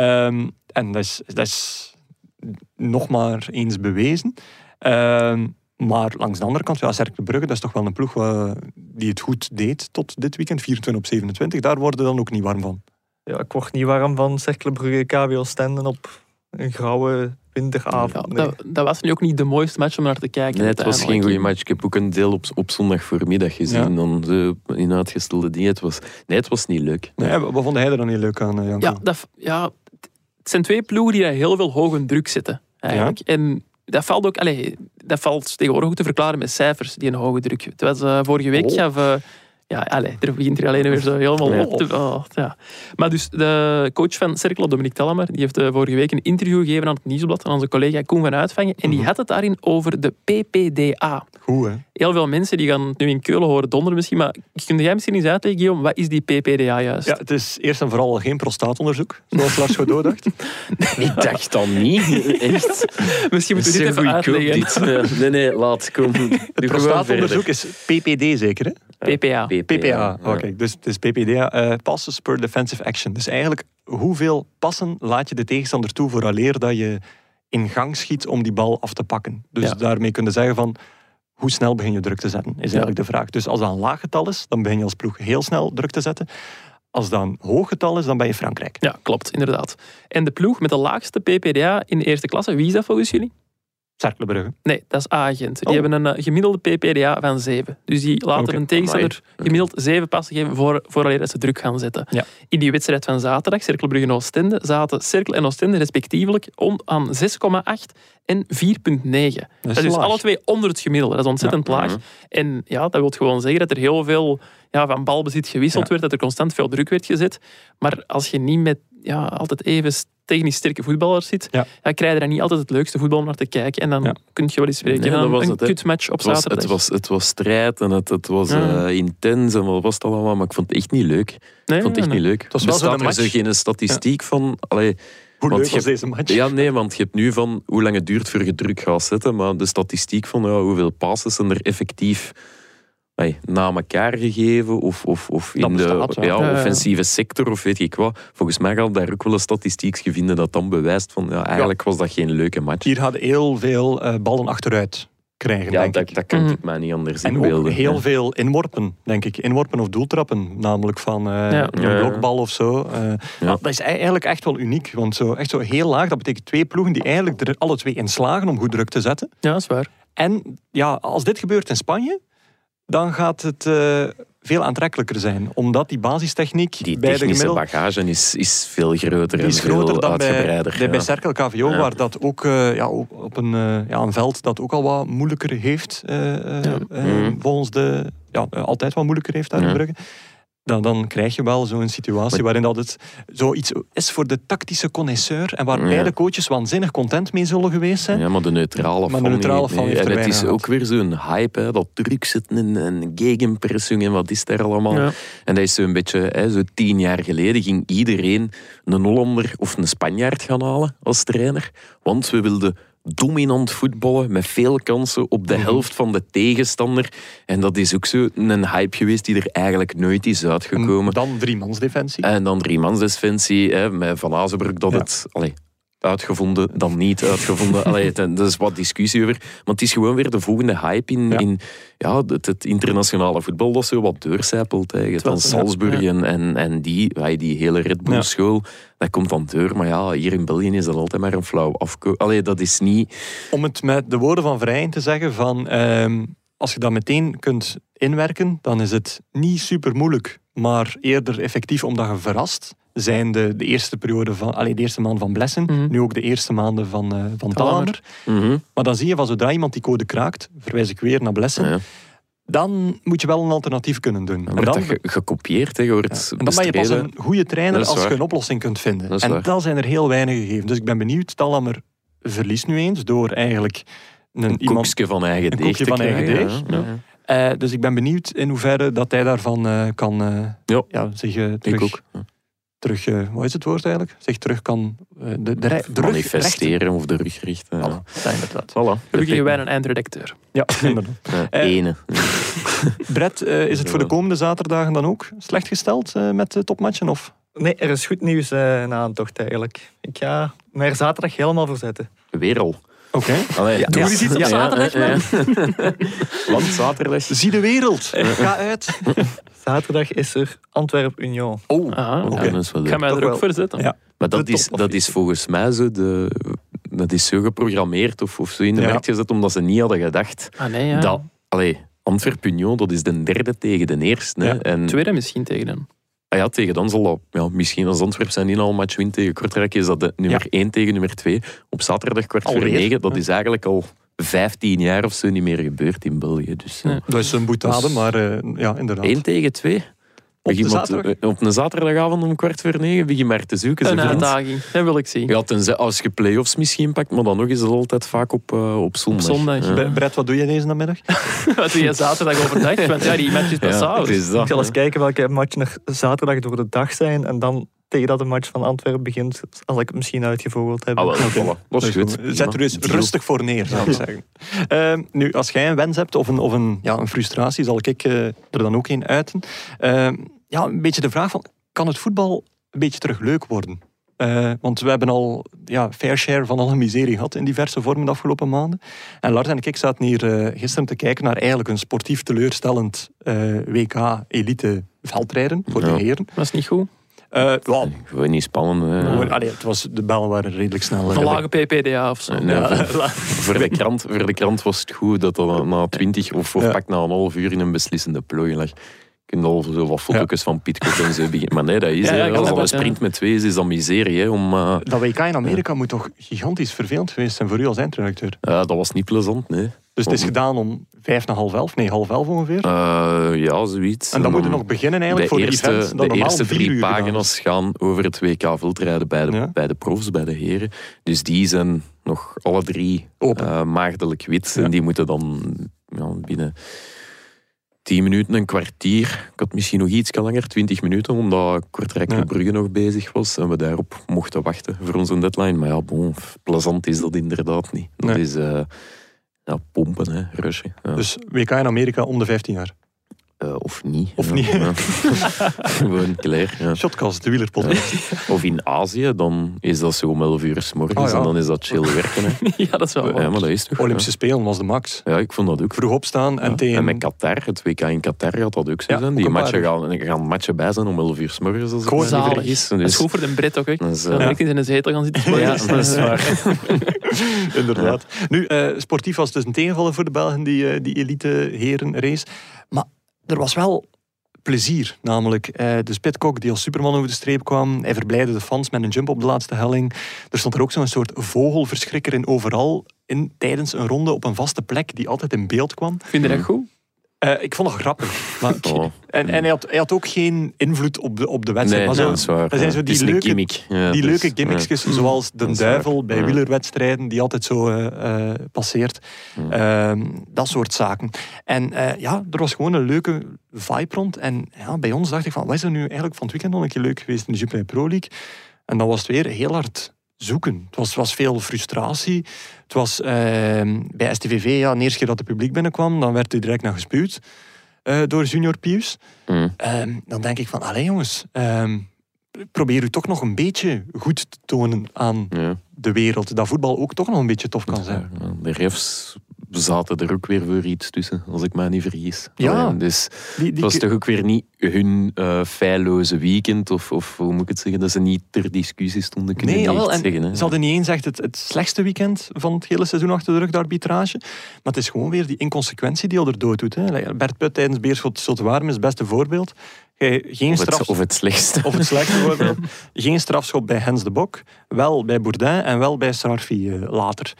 En dat is nog maar eens bewezen. Maar langs de andere kant, Cercle Brugge, dat is toch wel een ploeg die het goed deed tot dit weekend, 24/27. Daar worden we dan ook niet warm van.
Ja, ik word niet warm van Cercle Brugge KV Oostende op een grauwe winteravond.
Ja, dat was nu ook niet de mooiste match om naar te kijken.
Nee, het was geen goede match. Ik heb ook een deel op zondag voormiddag gezien. Dan in uitgestelde dingen. Het was niet leuk.
Nee, wat vond jij er dan niet leuk aan, Janko?
Het zijn twee ploegen die heel veel hoge druk zetten. Eigenlijk. Ja. En dat valt ook... dat valt tegenwoordig ook te verklaren met cijfers, die een hoge druk. Het was, vorige week Ja, er begint er alleen weer zo helemaal op te... Ja. Maar dus de coach van Cercle, Dominique Tallemer, die heeft vorige week een interview gegeven aan het Nieuwsblad aan onze collega Koen van Uitvangen. En die had het daarin over de PPDA.
Goed, hè?
Heel veel mensen die gaan het nu in Keulen horen donderen misschien, maar kun jij misschien eens uitleggen, Guillaume, wat is die PPDA juist?
Ja, het is eerst en vooral geen prostaatonderzoek, zoals Lars Godot dacht.
Ik dacht dan niet, echt.
Misschien moeten we dit even uitleggen.
Nee, laat komen.
Het prostaatonderzoek is PPD zeker, hè?
PPA.
PPA, oké. Dus het is PPDA, passes per defensive action. Dus eigenlijk, hoeveel passen laat je de tegenstander toe vooraleer dat je in gang schiet om die bal af te pakken. Dus daarmee kun je zeggen van, hoe snel begin je druk te zetten, is eigenlijk de vraag. Dus als dat een laag getal is, dan begin je als ploeg heel snel druk te zetten. Als dat een hoog getal is, dan ben je Frankrijk.
Ja, klopt, inderdaad. En de ploeg met de laagste PPDA in de eerste klasse, wie is dat volgens jullie?
Cercle Brugge.
Nee, dat is A-Gent. Die hebben een gemiddelde PPDA van 7. Dus die laten een tegenstander gemiddeld 7 passen geven vooraleer dat ze druk gaan zetten.
Ja.
In die wedstrijd van zaterdag, Cercle Brugge en Oostende, zaten Cercle en Oostende respectievelijk aan 6,8 en 4,9. Dat is dus alle twee onder het gemiddelde. Dat is ontzettend laag. En ja, dat wil gewoon zeggen dat er heel veel van balbezit gewisseld werd, dat er constant veel druk werd gezet. Maar als je niet met altijd even technisch sterke voetballers zit, krijg je daar niet altijd het leukste voetbal om naar te kijken. En dan kun je wel eens spreken een kutmatch op zaterdag.
Het was strijd en het was intens en wat was het allemaal, maar ik vond het echt niet leuk. Ik vond het echt niet leuk.
Het was wel
bestaat er zo geen statistiek van...
Hoe leuk was deze match?
Ja, nee, want je hebt nu van hoe lang het duurt voor je druk gaat zetten, maar de statistiek van hoeveel passes zijn er effectief na elkaar gegeven of in
bestaat,
de offensieve sector of weet ik wat. Volgens mij gaat daar ook wel een statistiek vinden dat dan bewijst van eigenlijk was dat geen leuke match.
Hier hadden heel veel ballen achteruit krijgen, denk ik.
Dat kan ik mij niet anders inbeelden.
En ook heel veel inworpen, denk ik. Inworpen of doeltrappen, namelijk van een blokbal of zo. Dat is eigenlijk echt wel uniek, want echt zo heel laag, dat betekent 2 ploegen die eigenlijk er alle 2 in slagen om goed druk te zetten.
Ja, dat is waar.
En als dit gebeurt in Spanje, dan gaat het veel aantrekkelijker zijn. Omdat die basistechniek
die
bij de
technische bagage is veel groter en veel uitgebreider.
Bij Cercle KVO, waar dat ook op een veld dat ook al wat moeilijker heeft, volgens altijd wat moeilijker heeft daar in Brugge. Dan krijg je wel zo'n situatie waarin dat het zoiets is voor de tactische connoisseur en waar beide coaches waanzinnig content mee zullen geweest zijn.
Ja, maar de neutrale fan heeft het is ook weer zo'n hype, dat druk zitten en gegenpressing en wat is daar allemaal. Ja. En dat is zo'n beetje, zo 10 jaar geleden ging iedereen een Hollander of een Spanjaard gaan halen als trainer, want we wilden dominant voetballen met veel kansen op de helft van de tegenstander. En dat is ook zo een hype geweest die er eigenlijk nooit is uitgekomen.
Dan 3-mansdefensie.
En dan 3-mansdefensie, met Van Azenbroek dat het... uitgevonden, dan niet uitgevonden. Er is wat discussie over. Maar het is gewoon weer de volgende hype in het internationale voetbal dat zo wat doorcijpelt. Van Salzburg en die hele Red Bull school, dat komt dan door. Maar hier in België is dat altijd maar een flauw afkoop. Dat is niet...
Om het met de woorden van Vrijen te zeggen van... als je dat meteen kunt inwerken, dan is het niet super moeilijk, maar eerder effectief omdat je verrast. Zijn de eerste periode van, de eerste maanden van Blessen, nu ook de eerste maanden van Tallemer. Maar dan zie je van zodra iemand die code kraakt, verwijs ik weer naar Blessen, dan moet je wel een alternatief kunnen doen.
Dan wordt dat gekopieerd. En dan
ben je pas een goede trainer als je een oplossing kunt vinden. Dat zijn er heel weinig gegeven. Dus ik ben benieuwd, Tallemer verliest nu eens door eigenlijk
een koekje van eigen deeg te krijgen.
Dus ik ben benieuwd in hoeverre dat hij daarvan kan zich terug, wat is het woord eigenlijk? Zich terug kan
manifesteren of de rug richten.
Inderdaad.
Gelukkig hebben wij een eindredacteur.
Ja, inderdaad.
Ene.
Brett, is het voor de komende zaterdagen dan ook slecht gesteld met de topmatchen? Of?
Nee, er is goed nieuws na een tocht eigenlijk. Ik ga me er zaterdag helemaal voor zetten.
Werel.
Oké.
Doe eens iets op zaterdag, man.
Want zaterdag.
Zie de wereld. Ga uit.
Zaterdag is er Antwerp-Union.
Ik ga mij er ook voor zetten.
Ja.
Maar dat is volgens mij zo dat is zo geprogrammeerd of zo in de markt gezet, omdat ze niet hadden gedacht dat... Antwerp-Union, dat is de derde tegen de eerste.
Ja. En tweede misschien tegen hen.
Tegen dan zal dat... misschien als Antwerp zijn al match wint tegen Kortrijk, is dat de nummer 1 tegen nummer 2. Op zaterdag 8:45, dat is eigenlijk al 15 jaar of zo niet meer gebeurd in België. Dus,
Dat is een boetade, maar inderdaad.
1 tegen 2. Op een zaterdagavond om 8:45 begin maar te zoeken.
Een uitdaging, dat wil ik zien.
Ja, tenzij als je play-offs misschien pakt, maar dan nog is het altijd vaak op zondag.
Brett, wat doe je deze namiddag?
Wat doe je zaterdag overdag? Want die match is pas s'avonds.
Ik ga eens kijken welke matchen er zaterdag door de dag zijn en dan tegen dat de match van Antwerpen begint, als ik het misschien uitgevogeld heb.
Dat is goed.
Zet er dus rustig voor neer, zou ik zeggen. Nu, als jij een wens hebt of een frustratie, zal ik er dan ook een uiten. Een beetje de vraag van, kan het voetbal een beetje terug leuk worden? Want we hebben al fair share van alle miserie gehad in diverse vormen de afgelopen maanden. En Lars en ik zaten hier gisteren te kijken naar eigenlijk een sportief WK-elite veldrijden voor de heren.
Dat is niet goed.
Gewoon niet spannend.
De bellen waren redelijk snel.
Een lage PPDA of zo.
Voor de krant was het goed dat dat na 20 of pak na een half uur in een beslissende plooi lag. Je kunt al zo wat foto's van Pitcock en zo beginnen. Maar nee, dat is als al een sprint met 2 is dat miserie.
Dat WK in Amerika moet toch gigantisch vervelend geweest zijn voor u als eindredacteur?
Dat was niet plezant, nee.
Dus het is gedaan om 11:55, nee, 10:30 ongeveer?
Zoiets.
En dan moet je nog beginnen eigenlijk voor de event.
De eerste 3 pagina's gaan over het WK veldrijden bij de profs, bij de heren. Dus die zijn nog alle 3 maagdelijk wit. En die moeten dan binnen 10 minuten, een kwartier. Ik had misschien nog iets langer, 20 minuten, omdat Kortrijk Brugge nog bezig was. En we daarop mochten wachten voor onze deadline. Maar plezant is dat inderdaad niet. Dat is pompen, rushen. Ja.
Dus WK in Amerika om de 15 jaar?
Of niet. Gewoon klaar. Ja.
Shotcast, de wielerpodcast.
Of in Azië, dan is dat zo om 11 uur 's morgens en dan is dat chill werken.
Ja, dat is wel waar.
Maar dat is toch.
Olympische Spelen was de max.
Ja, ik vond dat ook.
Vroeg opstaan en tegen...
En met Qatar, het WK in Qatar gaat dat ook zo zijn. Die matchen gaan matchen bij zijn om 11 uur 's morgens. Als
gewoon zalig. Dus... Dat is goed voor de Brit ook. Dan direct in zijn zetel gaan zitten.
Ja, dat is waar.
Inderdaad. Nu, sportief was het dus een tegenvaller voor de Belgen, die elite heren race. Maar er was wel plezier, namelijk de Pitcock die als Superman over de streep kwam. Hij verblijdde de fans met een jump op de laatste helling. Er stond er ook zo'n soort vogelverschrikker in overal tijdens een ronde op een vaste plek die altijd in beeld kwam.
Vind je dat goed?
Ik vond dat grappig. Maar, en hij had ook geen invloed op de wedstrijd.
Nee,
maar
dat is waar.
Er zijn zo die leuke gimmicksjes, zoals de duivel bij wielerwedstrijden, die altijd zo passeert. Dat soort zaken. En er was gewoon een leuke vibe rond. En bij ons dacht ik van, wat is er nu eigenlijk van het weekend nog een keer leuk geweest in de Jupiler Pro League? En dan was het weer heel hard zoeken. Het was veel frustratie. Het was bij STVV, de eerste keer dat het publiek binnenkwam, dan werd hij direct naar gespuwd door Junior Pius. Dan denk ik van, allee jongens, probeer u toch nog een beetje goed te tonen aan de wereld. Dat voetbal ook toch nog een beetje tof kan zijn.
De refs zaten er ook weer voor iets tussen, als ik mij niet vergis.
Ja.
Dus het was toch ook weer niet hun feilloze weekend, of hoe moet ik het zeggen, dat ze niet ter discussie stonden, kunnen zeggen. Hè.
Ze hadden niet eens echt het slechtste weekend van het hele seizoen achter de rug, de arbitrage. Maar het is gewoon weer die inconsequentie die al erdoor doet. Hè. Bert Put tijdens Beerschot Zultewaarm is het beste voorbeeld.
Of het slechtste.
Of het slechtste voorbeeld. Geen strafschop bij Hens de Bok, wel bij Bourdin en wel bij Sarfi later.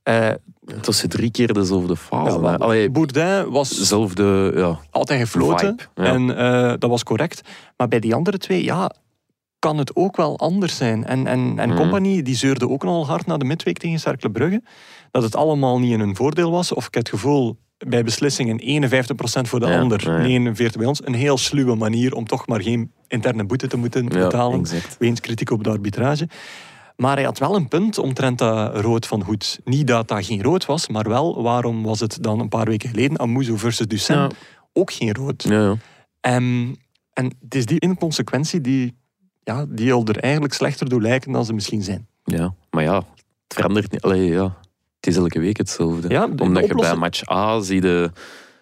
Het was 3 keer dezelfde fase.
Ja, Bourdin was altijd gefloten en dat was correct. Maar bij die andere 2, kan het ook wel anders zijn. En Compagnie, die zeurde ook nogal hard na de midweek tegen Cercle Brugge. Dat het allemaal niet in hun voordeel was. Of ik heb het gevoel, bij beslissingen 51% voor de ander, 49% bij ons. Een heel sluwe manier om toch maar geen interne boete te moeten betalen. Weens kritiek op de arbitrage. Maar hij had wel een punt omtrent dat rood van Hoed. Niet dat dat geen rood was, maar wel, waarom was het dan een paar weken geleden, Amuzo versus Ducen, ook geen rood.
Ja.
En het is die inconsequentie die al er eigenlijk slechter door lijken dan ze misschien zijn.
Ja, maar het verandert niet. Het is elke week hetzelfde. Ja, omdat je bij match A zie je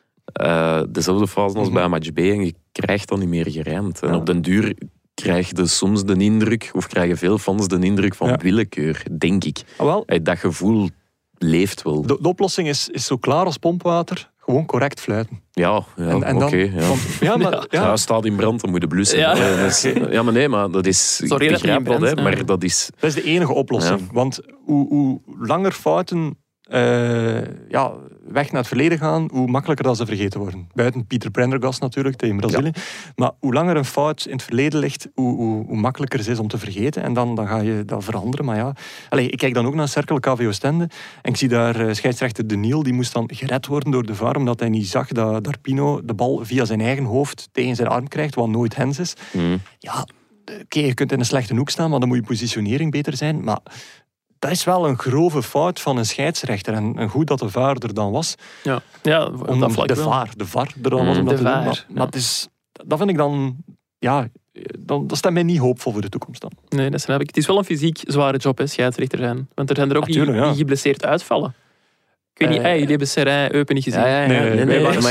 dezelfde fase als bij match B en je krijgt dan niet meer gerijmd. En op den duur krijg je soms de indruk, of krijgen veel fans de indruk van willekeur, denk ik. Dat gevoel leeft wel.
De oplossing is zo klaar als pompwater, gewoon correct fluiten.
Staat in brand, dan moet je blussen. Maar dat is...
Sorry,
ik begrijp dat, maar dat is...
Dat is de enige oplossing. Want hoe langer fouten weg naar het verleden gaan, hoe makkelijker dat ze vergeten worden. Buiten Pieter Prendergast natuurlijk, tegen Brazilië. Ja. Maar hoe langer een fout in het verleden ligt, hoe makkelijker het is om te vergeten. En dan ga je dat veranderen. Maar ja, ik kijk dan ook naar Cercle KV Oostende en ik zie daar scheidsrechter De Niel, die moest dan gered worden door de VAR, omdat hij niet zag dat Darpino de bal via zijn eigen hoofd tegen zijn arm krijgt, wat nooit hens is. Ja, oké, je kunt in een slechte hoek staan, maar dan moet je positionering beter zijn. Maar dat is wel een grove fout van een scheidsrechter. En goed dat de VAR er dan was.
Ja,
om
dat vlak
de VAR er dan was om dat te doen. Maar dat vind ik dan... Ja, dat stemt mij niet hoopvol voor de toekomst dan.
Nee, dat snap ik. Het is wel een fysiek zware job, scheidsrechter zijn. Want er zijn er ook die geblesseerd uitvallen. Ik weet niet, jullie hebben Serijn Eupen niet gezien.
Nee, maar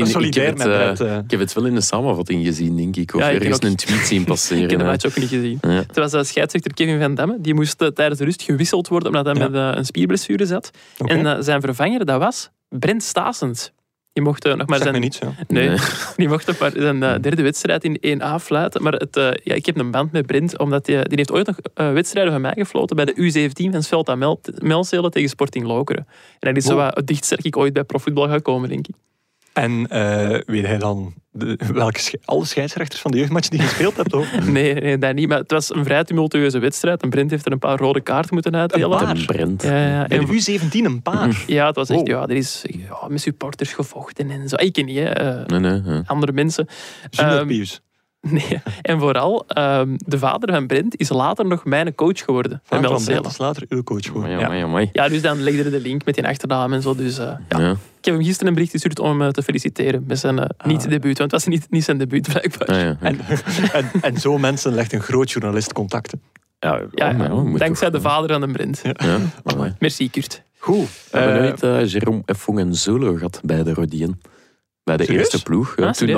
ik heb het wel in de samenvatting gezien, denk ik. Of ergens een tweet zien passeren.
Ik heb de match ook niet gezien. Ja. Het was scheidsrechter Kevin Van Damme. Die moest tijdens de rust gewisseld worden omdat hij met een spierblessure zat. Okay. En zijn vervanger, dat was Brent Staessens. Die mocht nog maar zijn...
Niets, ja.
Nee, die mocht nog maar zijn derde wedstrijd in 1A fluiten. Maar ik heb een band met Brent, omdat die heeft ooit nog wedstrijden van mij gefloten bij de U17 van Svelta Melzelen tegen Sporting Lokeren. En dat is zo wat het dichtst dat ik ooit bij profvoetbal ga komen, denk ik.
En weet hij dan alle scheidsrechters van de jeugdmatch die je gespeeld hebt? Ook?
Nee, dat niet. Maar het was een vrij tumultueuze wedstrijd. En Brent heeft er een paar rode kaarten moeten uitdelen.
Een
Brent.
Ja. Bij de U17 een paar?
Ja, het was echt... Ja, er is met supporters gevochten en zo. Ik ken niet,
Nee.
Andere mensen.
Pius.
Nee, en vooral, de vader van Brent is later nog mijn coach geworden.
Vader van Brent is later uw coach geworden.
Ja, dus dan legde er de link met die achternaam en zo. Dus ik heb hem gisteren een bericht gestuurd om hem te feliciteren met zijn niet-debuut. Want het was niet zijn debuut, blijkbaar.
En zo mensen legt een groot journalist contacten.
Dankzij de vader van de Brent. Merci, Kurt.
Goed.
We hebben nooit Jérôme Effongen-Zolo gehad bij de Rodien. Bij de eerste ploeg.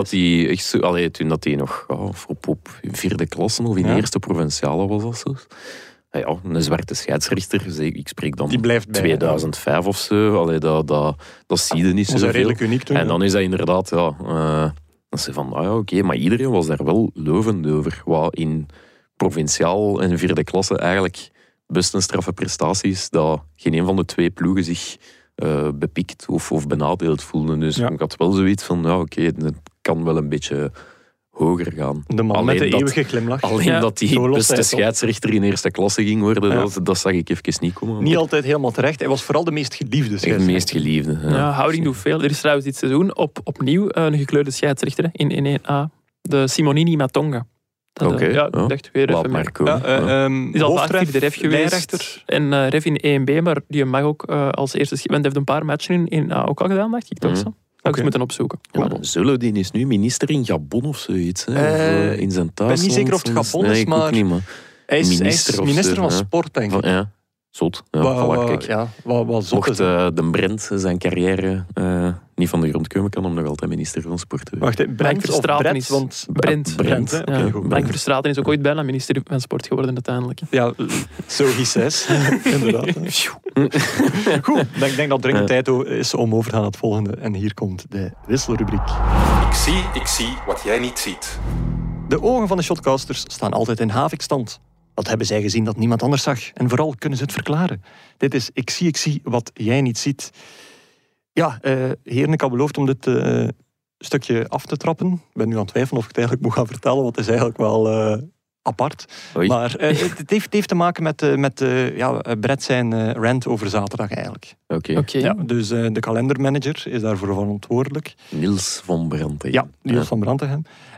Toen dat hij nog op vierde klasse of in de eerste provinciale was. Of zo. Ja, een zwarte scheidsrechter. Ik spreek dan 2005 of zo. Dat zie je niet zo veel.
Redelijk uniek toen.
En dan is dat inderdaad... dan zei van, oké, maar iedereen was daar wel lovend over. Wat in provinciaal en vierde klasse eigenlijk best een straffe prestaties dat geen een van de twee ploegen zich bepikt of benadeeld voelde. Dus ik had wel zoiets van, oké, het kan wel een beetje hoger gaan.
De man met de eeuwige glimlach.
Alleen dat die beste scheidsrechter in eerste klasse ging worden, dat zag ik even niet komen.
Niet altijd helemaal terecht. Hij was vooral de meest geliefde scheidsrechter.
De meest geliefde,
houding doet veel. Er is trouwens dit seizoen opnieuw een gekleurde scheidsrechter in 1A. De Simonini Matonga.
Oké.
Ik dacht weer even
Marco.
is al vaak de ref geweest. En ref in 1B, maar die mag ook als eerste... Want hij heeft een paar matchen in ook al gedaan, dacht ik toch zo. Ga ik eens moeten opzoeken.
Zolo, die is nu minister in Gabon of zoiets. Of in zijn thuisland.
Ik ben niet zeker of het Gabon is, maar... Hij is minister van sport, denk ik.
Ja. Zot.
Wat zot
mocht de Brent zijn carrière niet van de grond komen, kan hem nog altijd minister van sport.
Wacht, Brent of Brett? Want
Brent.
Brent
Verstraeten is ook ooit bijna minister van sport geworden uiteindelijk.
Ja, so he says. Inderdaad. Goed, ik denk dat het dringend tijd is om over te gaan naar het volgende. En hier komt de wisselrubriek.
Ik zie wat jij niet ziet.
De ogen van de shotcasters staan altijd in havikstand. Wat hebben zij gezien dat niemand anders zag? En vooral kunnen ze het verklaren. Dit is Ik zie wat jij niet ziet. Ja, heren, ik had beloofd om dit stukje af te trappen. Ik ben nu aan het twijfelen of ik het eigenlijk moet gaan vertellen, want het is eigenlijk wel apart.
Oei.
Maar het heeft te maken met Brett zijn rant over zaterdag eigenlijk.
Oké.
Ja, dus de kalendermanager is daarvoor verantwoordelijk.
Niels van Brantegem.
Ja, Niels van Brantegem.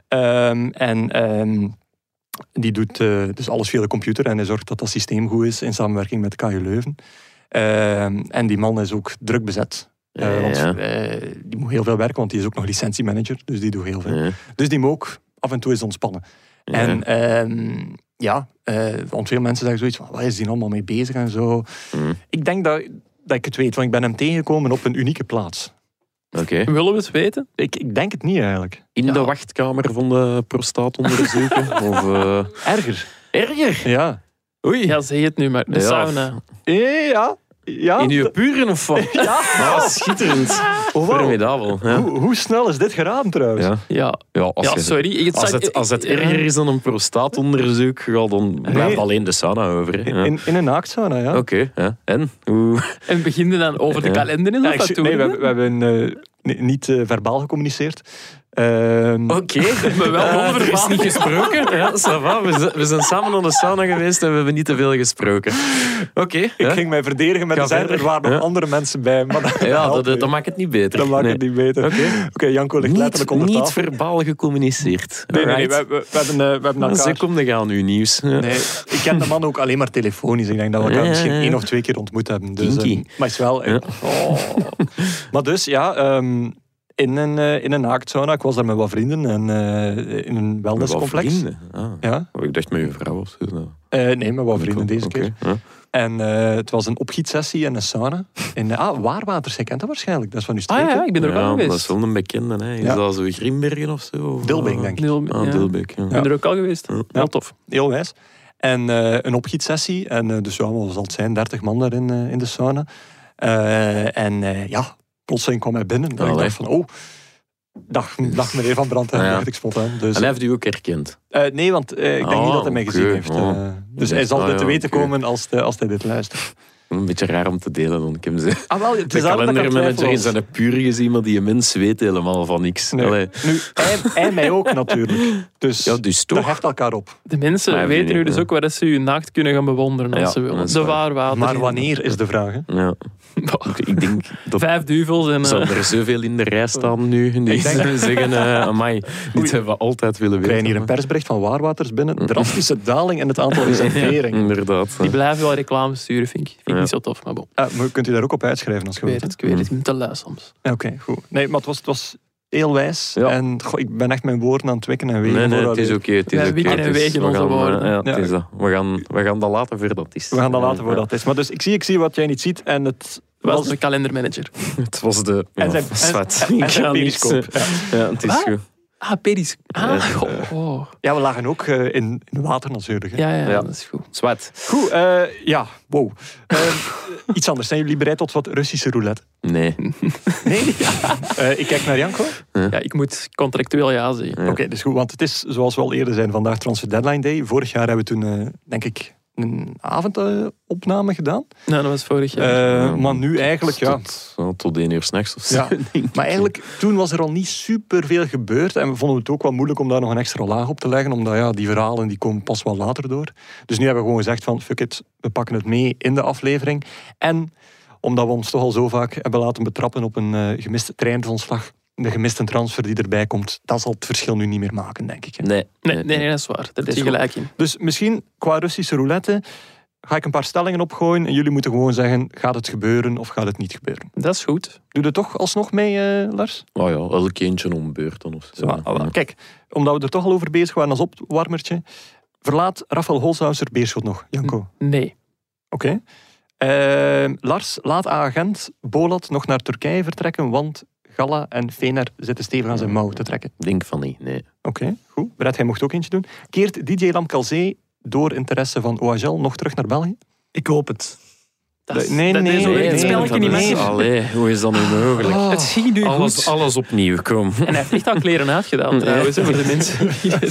Die doet dus alles via de computer en hij zorgt dat dat systeem goed is in samenwerking met KU Leuven. En die man is ook druk bezet. Die moet heel veel werken, want die is ook nog licentiemanager, dus die doet heel veel. Ja. Dus die moet ook af en toe eens ontspannen. Ja. En want veel mensen zeggen zoiets van, waar is die allemaal mee bezig en zo. Ik denk dat ik het weet, want ik ben hem tegengekomen op een unieke plaats.
Okay.
Willen we het weten?
Ik denk het niet eigenlijk.
In de wachtkamer van de prostaatonderzoeken? Of
Erger?
Erger?
Ja.
Oei.
Ja, zeg het nu maar. De sauna.
Ja. Ja,
in uw puren of wat? Ja, schitterend. Formidabel. Ja.
Hoe snel is dit geraden trouwens?
Ja,
sorry.
Als het erger is dan een prostaatonderzoek, dan blijft alleen de sauna over. Hè. Ja.
In een naaktsauna, ja.
Oké, ja. En? Hoe...
En beginnen dan over de kalender en zo?
Nee, we hebben niet verbaal gecommuniceerd.
Oké, maar wel er is niet gesproken. Ja, ça va. We zijn samen naar de sauna geweest en we hebben niet te veel gesproken. Oké.
Ik ging mij verdedigen met de zin, er waren nog andere mensen bij. Maar
dat maakt het niet beter.
Dat maakt het niet beter. Oké, Janko ligt letterlijk onder tafel.
Niet verbaal gecommuniceerd.
Nee, we hebben elkaar...
Ze komt gaan uw nieuws. Ja.
Nee, ik ken de man ook alleen maar telefonisch. Ik denk dat we elkaar misschien 1 of 2 keer ontmoet hebben. Dus, maar is wel... Maar dus, ja... In een naaktsauna. Ik was daar met wat vrienden en in een wellnesscomplex.
Met wat vrienden? Ja. Ik dacht met je vrouw of zo.
Nee, met wat vrienden deze keer.
Ja.
En het was een opgietsessie en een sauna. In Waarwaters, je kent dat waarschijnlijk. Dat is van uw streek.
Ja, ik ben er ook al geweest.
Dat is wel een bekende. Hè. Is dat zo Grimbergen of zo?
Dilbeek, denk ik.
Dilbeek, ja.
Ik ben er ook al geweest. Heel tof.
Heel wijs. En een opgietsessie. En dus wat zal het zijn? 30 man daar in de sauna. Plotseling kwam hij binnen. En ik dacht van, dag meneer Van Brandt. Dacht ik spontaan. Dus,
en hij heeft u ook herkend?
Nee, want ik denk niet dat hij mij gezien heeft. Dus hij zal dit te weten komen als hij dit luistert.
Een beetje raar om te delen dan. Ik heb de
kalendermanager
in zijn puur gezien, maar die mens weet helemaal van niks.
Nee. Nu, hij mij ook natuurlijk. Dus,
dus toch.
dat hecht elkaar op.
De mensen weten nu dus ook waar ze je naakt kunnen gaan bewonderen als ze willen. De Waarwater.
Maar wanneer is de vraag? Hè?
Ja. Ik denk dat
5 duvels en...
Zou er zoveel in de rij staan nu? Die zeggen, amai, dit hebben we altijd willen weten.
We krijgen hier een persbericht van Waarwaters binnen. Drastische daling in het aantal reserveringen.
Inderdaad.
Die blijven wel reclame sturen, vind ik niet zo tof, maar bon.
Maar kunt u daar ook op uitschrijven als je wilt?
Ik weet het, te lui soms.
Oké, goed. Nee, maar het was heel wijs. Ja. En ik ben echt mijn woorden aan het wikken en wegen.
Nee, het is oké.
Wij wikken en wegen onze woorden.
Ja, het is dat. We gaan dat laten voor dat is.
We gaan dat laten voor dat is. Maar dus ik zie wat jij niet ziet en het...
was de kalendermanager.
Het was de...
En zijn periscoop.
Ja, het is goed.
Periscoop.
Ja, we lagen ook in water natuurlijk. Hè.
Ja, dat is goed.
Zwart.
Goed, wow. Iets anders. Zijn jullie bereid tot wat Russische roulette?
Nee?
Ik kijk naar Janko.
Ja, ik moet contractueel ja zeggen.
Oké, dus goed, want het is, zoals we al eerder zijn, vandaag Transfer Deadline Day. Vorig jaar hebben we toen, denk ik, een avondopname gedaan.
Nou, dat was vorig jaar.
Maar nu eigenlijk,
tot 1 uur 's nachts of zo.
Ja. Maar eigenlijk, toen was er al niet superveel gebeurd. En we vonden het ook wel moeilijk om daar nog een extra laag op te leggen. Omdat die verhalen die komen pas wel later door. Dus nu hebben we gewoon gezegd van, fuck it, we pakken het mee in de aflevering. En omdat we ons toch al zo vaak hebben laten betrappen op een gemiste trainersontslag, de gemiste transfer die erbij komt, dat zal het verschil nu niet meer maken, denk ik. Hè?
Nee, dat is waar. Daar heb je gelijk in.
Dus misschien qua Russische roulette ga ik een paar stellingen opgooien en jullie moeten gewoon zeggen, gaat het gebeuren of gaat het niet gebeuren?
Dat is goed.
Doe je toch alsnog mee, Lars?
Oh ja, elk eentje om beurt dan of zo.
Kijk, omdat we er toch al over bezig waren als opwarmertje, verlaat Rafael Holzhauser Beerschot nog, Janko?
Nee.
Oké. Lars, laat agent Bolat nog naar Turkije vertrekken, want Galla en Fener zitten stevig aan zijn mouw te trekken.
Denk van niet, nee.
Oké, goed. Brett, jij mocht ook eentje doen. Keert DJ Lamkelzee door interesse van OHL nog terug naar België?
Ik hoop het.
Het spelletje niet meer.
Allee, hoe is dat nu mogelijk?
Het ging nu goed.
Alles opnieuw, kom.
En hij heeft echt al kleren uitgedaan trouwens, voor de mensen.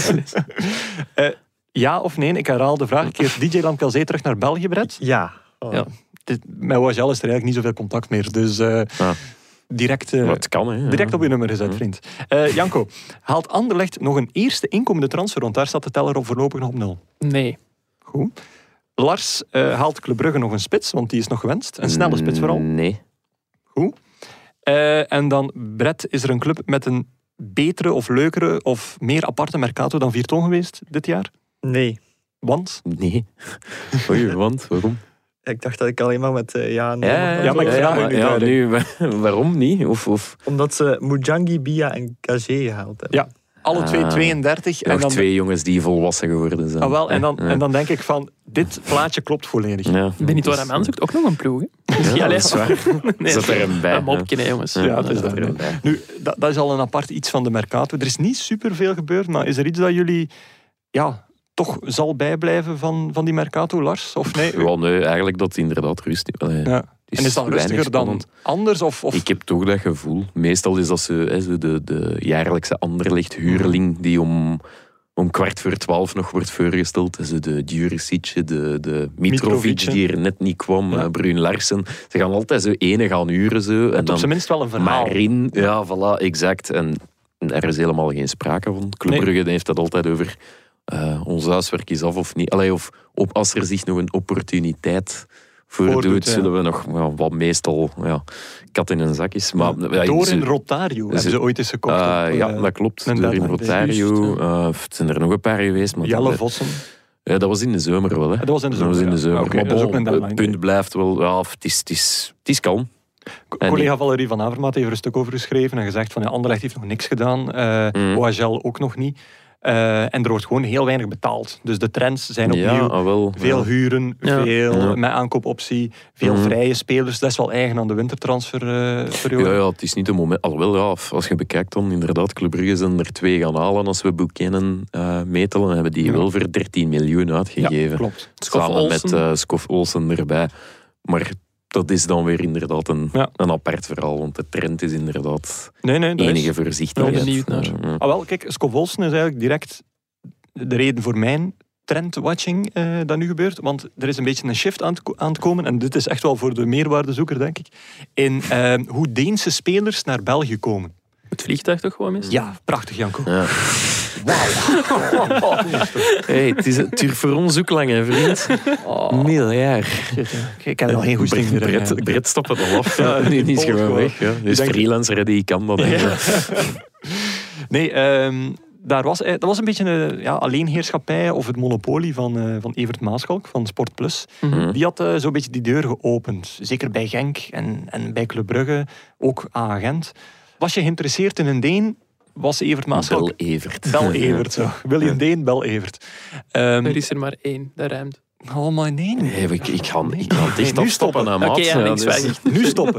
Ja of nee? Ik herhaal de vraag. Keert DJ Lamkelzee terug naar België, Brett?
Ja.
Met OHL is er eigenlijk niet zoveel contact meer. Dus direct op je nummer gezet, vriend. Janko, haalt Anderlecht nog een eerste inkomende transfer? Want daar staat de teller op voorlopig nog op 0.
Nee.
Goed. Lars, haalt Club Brugge nog een spits? Want die is nog gewenst. Een snelle spits vooral.
Nee.
Goed. En dan, Brett, is er een club met een betere of leukere of meer aparte mercato dan Virton geweest dit jaar?
Nee.
Want?
Nee. Oei, want? Waarom?
Ik dacht dat ik alleen maar met nee.
Maar ik vraag
nu waarom niet? Of?
Omdat ze Mujangi, Bia en Cagé gehaald hebben.
Ja, alle twee 32.
En dan 2 jongens die volwassen geworden zijn.
En dan denk ik van, dit plaatje klopt volledig.
Ja,
Benito Raman zoekt ook nog een ploeg.
Ja, dat is waar. Zet er een bij.
Een mopje, jongens.
Ja, dat is dat. Nu, dat is al een apart iets van de mercato. Er is niet superveel gebeurd, maar is er iets dat jullie toch zal bijblijven van die mercato, Lars? Of nee?
Ja, nee, eigenlijk dat het inderdaad rust. Het
En is dat rustiger dan anders? Of?
Ik heb toch dat gevoel. Meestal is dat zo de jaarlijkse Anderlecht-huurling die om 11:15 nog wordt voorgesteld. Dus de Djuricic, de Mitrovic die er net niet kwam, Brun Larsen. Ze gaan altijd zo ene gaan huren. Zo, en
op zijn minst wel een verhaal.
Marin, ja, voilà, exact. En er is helemaal geen sprake van. Club Brugge heeft dat altijd over ons huiswerk is af of niet. Of als er zich nog een opportuniteit voordoet, zullen we nog wat meestal kat in een zak is. Maar,
door in Rotario hebben ze ooit eens gekocht.
Ja, dat klopt. Door in Rotario. Zijn er nog een paar geweest. Maar
Jelle Vossen.
Ja, dat was in de zomer wel. Hè.
Dat was in de zomer.
Okay, maar het punt blijft wel... Ja, het is kalm.
Collega Valerie van Avermaat heeft er een stuk over geschreven en gezegd van Anderlecht heeft nog niks gedaan. OHL ook nog niet. En er wordt gewoon heel weinig betaald. Dus de trends zijn opnieuw veel huren, veel met aankoopoptie, veel vrije spelers. Dat is wel eigen aan de wintertransferperiode.
Ja, het is niet een moment. Alhoewel, als je bekijkt dan inderdaad, Club Brugge zijn er 2 gaan halen als we Buchanan metelen. hebben die wel voor 13 miljoen uitgegeven.
Ja, klopt.
Samen met Skof Olsen erbij. Maar dat is dan weer inderdaad een apart verhaal, want de trend is inderdaad enige voorzichtigheid.
Benieuwd naar.
Wel, kijk, Skof Olsen is eigenlijk direct de reden voor mijn trendwatching dat nu gebeurt, want er is een beetje een shift aan het komen, en dit is echt wel voor de meerwaardezoeker, denk ik, in hoe Deense spelers naar België komen.
Het vliegtuig toch gewoon mis?
Ja, prachtig, Janko.
Ja.
Wauw.
Hey, het duurt voor ons ook lang, hè, vriend. Miljard.
Ik heb er al geen goed ding meer.
Brett stoppen het al af. Die is gewoon weg. Ja. Dus freelancer, die kan dat.
Nee, dat was een beetje een alleenheerschappij of het monopolie van Evert Maaschalk van Sport Plus.
Mm-hmm.
Die had zo'n beetje die deur geopend. Zeker bij Genk en bij Club Brugge, ook aan Gent. Was je geïnteresseerd in een Deen, was Evert Maaschalk...
Bel Evert.
Bel Evert, zo. Wil je een Deen, bel Evert.
Er is er maar 1, dat ruimt.
Oh, maar nee.
Ik ga dicht afstoppen aan maat.
Oké,
nu stoppen.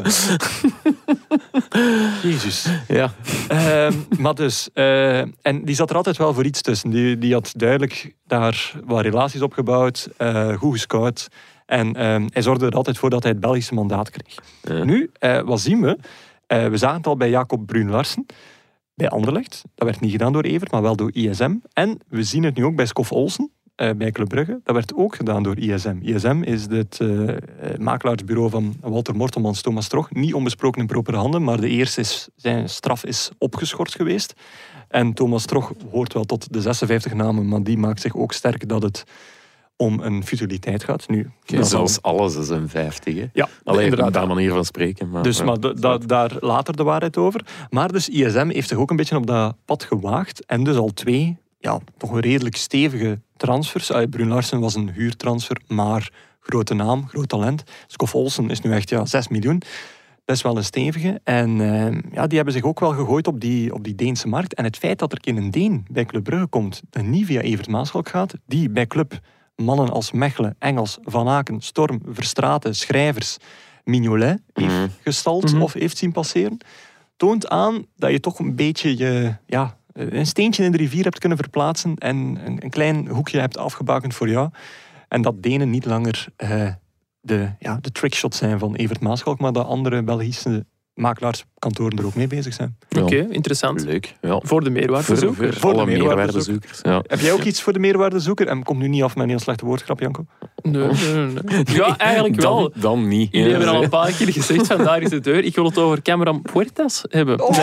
Jezus.
Ja.
Maar dus... en die zat er altijd wel voor iets tussen. Die had duidelijk daar wat relaties opgebouwd, goed gescout. En hij zorgde er altijd voor dat hij het Belgische mandaat kreeg.
Ja.
Nu, wat zien we? We zagen het al bij Jacob Brun Larsen. Bij Anderlecht. Dat werd niet gedaan door Evert, maar wel door ISM. En we zien het nu ook bij Skof Olsen. Bij Club Brugge. Dat werd ook gedaan door ISM. ISM is het makelaarsbureau van Walter Mortelmans, Thomas Trog. Niet onbesproken in propere handen, maar de eerste zijn straf is opgeschort geweest. En Thomas Trog hoort wel tot de 56 namen, maar die maakt zich ook sterk dat het om een futiliteit gaat. Nu,
zelfs alles is een 50. Hè?
Ja,
inderdaad. Daar manier van spreken. Maar,
dus, maar daar later de waarheid over. Maar dus ISM heeft zich ook een beetje op dat pad gewaagd. En dus al 2, toch een redelijk stevige transfers. Brun Larsen was een huurtransfer, maar grote naam, groot talent. Skof Olsen is nu echt 6 miljoen. Dat is wel een stevige. En die hebben zich ook wel gegooid op die Deense markt. En het feit dat er een Deen bij Club Brugge komt, en niet via Evert Maaschalk gaat, die bij Club mannen als Mechelen, Engels, Van Aken, Storm, Verstraeten, Schrijvers, Mignolet heeft gestald of heeft zien passeren, toont aan dat je toch een beetje een steentje in de rivier hebt kunnen verplaatsen en een klein hoekje hebt afgebakend voor jou. En dat Denen niet langer de trickshots zijn van Evert Maaschalk, maar dat andere Belgische makelaarskantoren er ook mee bezig zijn.
Oké, interessant.
Leuk. Ja.
Voor de meerwaardezoeker.
Voor alle meerwaardezoekers. Ja.
Heb jij ook iets voor de meerwaardezoeker? En komt nu niet af met een heel slechte woordgrap, Janko?
Nee. Ja, eigenlijk wel.
Dan niet.
Jullie hebben al een paar keer gezegd van daar is de deur. Ik wil het over Cameron Puertas hebben. Dat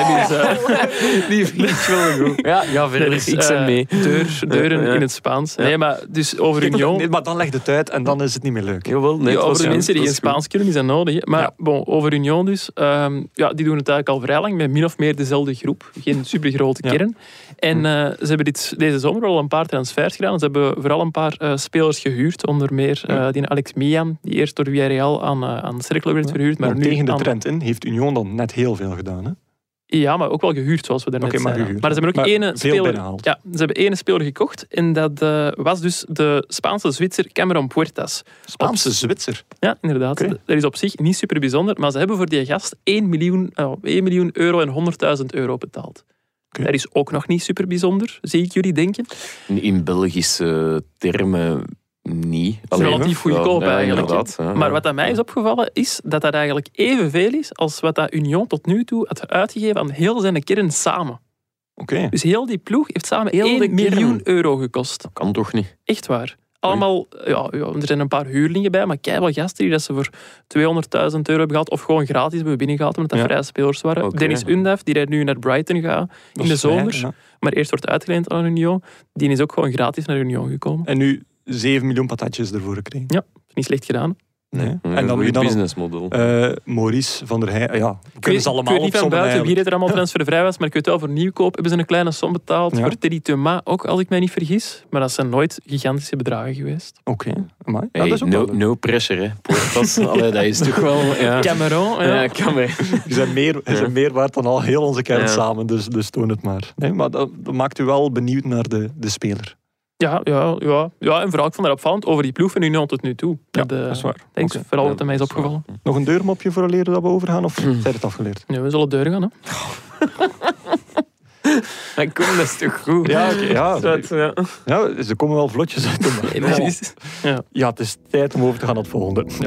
is,
die vliegt wel goed. Ja, verder. Ik ben mee.
Deuren in het Spaans. Nee, maar dus over Union...
Nee, maar dan legt het uit en dan is het niet meer leuk.
Jawel,
over de mensen die geen Spaans kunnen, is dat nodig. Maar over Union dus... die doen het eigenlijk al vrij lang met min of meer dezelfde groep. Geen supergrote kern. En ze hebben deze zomer al een paar transfers gedaan. Ze hebben vooral een paar spelers gehuurd. Onder meer die Alex Mian, die eerst door Villarreal aan Cercle werd verhuurd. Maar nu
tegen de trend in heeft Union dan net heel veel gedaan, hè?
Ja, maar ook wel gehuurd, zoals we daarnet zeiden. Maar ze hebben ook één speler... Ja, ze hebben één speler gekocht. En dat was dus de Spaanse Zwitser Cameron Puertas.
Spaanse Zwitser?
Ja, inderdaad. Okay. Dat is op zich niet super bijzonder. Maar ze hebben voor die gast 1 miljoen euro en 100.000 euro betaald. Okay. Dat is ook nog niet super bijzonder, zie ik jullie denken.
In Belgische termen Niet.
Het is relatief goedkoop eigenlijk.
Inderdaad, ja.
Maar wat aan mij is opgevallen, is dat eigenlijk evenveel is als wat dat Union tot nu toe had uitgegeven aan heel zijn kern samen.
Oké.
Dus heel die ploeg heeft samen
Heel de
1 miljoen euro gekost.
Kan toch niet?
Echt waar. Allemaal, er zijn een paar huurlingen bij, maar keiveel gasten die dat ze voor 200.000 euro hebben gehad of gewoon gratis hebben binnengehaald omdat dat vrije spelers waren.
Okay.
Dennis Undav, die nu naar Brighton gaat in de zomers, maar eerst wordt uitgeleend aan Union, die is ook gewoon gratis naar Union gekomen.
En nu 7 miljoen patatjes ervoor gekregen.
Ja, niet slecht gedaan.
Nee.
En dan een businessmodel.
Maurice van der Heijden. Ja,
Ik weet niet van buiten wie er allemaal transfervrij was, maar ik weet wel, voor nieuwkoop hebben ze een kleine som betaald. Voor Teddy Thomas ook, als ik mij niet vergis. Maar dat zijn nooit gigantische bedragen geweest.
Oké.
Hey, no pressure, hè. Portas, dat is toch wel... Ja.
Cameron, ja.
Cameron.
Je bent meer waard dan al heel onze kern samen, dus toon het maar. Nee, maar dat maakt u wel benieuwd naar de speler.
Ja, en vooral ik vond dat opvallend over die ploeg van Union tot nu toe.
Ja, dat is waar.
Denk vooral dat mij is opgevallen.
Nog een deurmopje voor leren dat we overgaan, of zijn het afgeleerd?
Nee, we zullen deur gaan, hè.
Maar kom, dat is toch goed?
Ja, ze komen wel vlotjes uit de markt. Ja, het is tijd om over te gaan naar het volgende. Ja.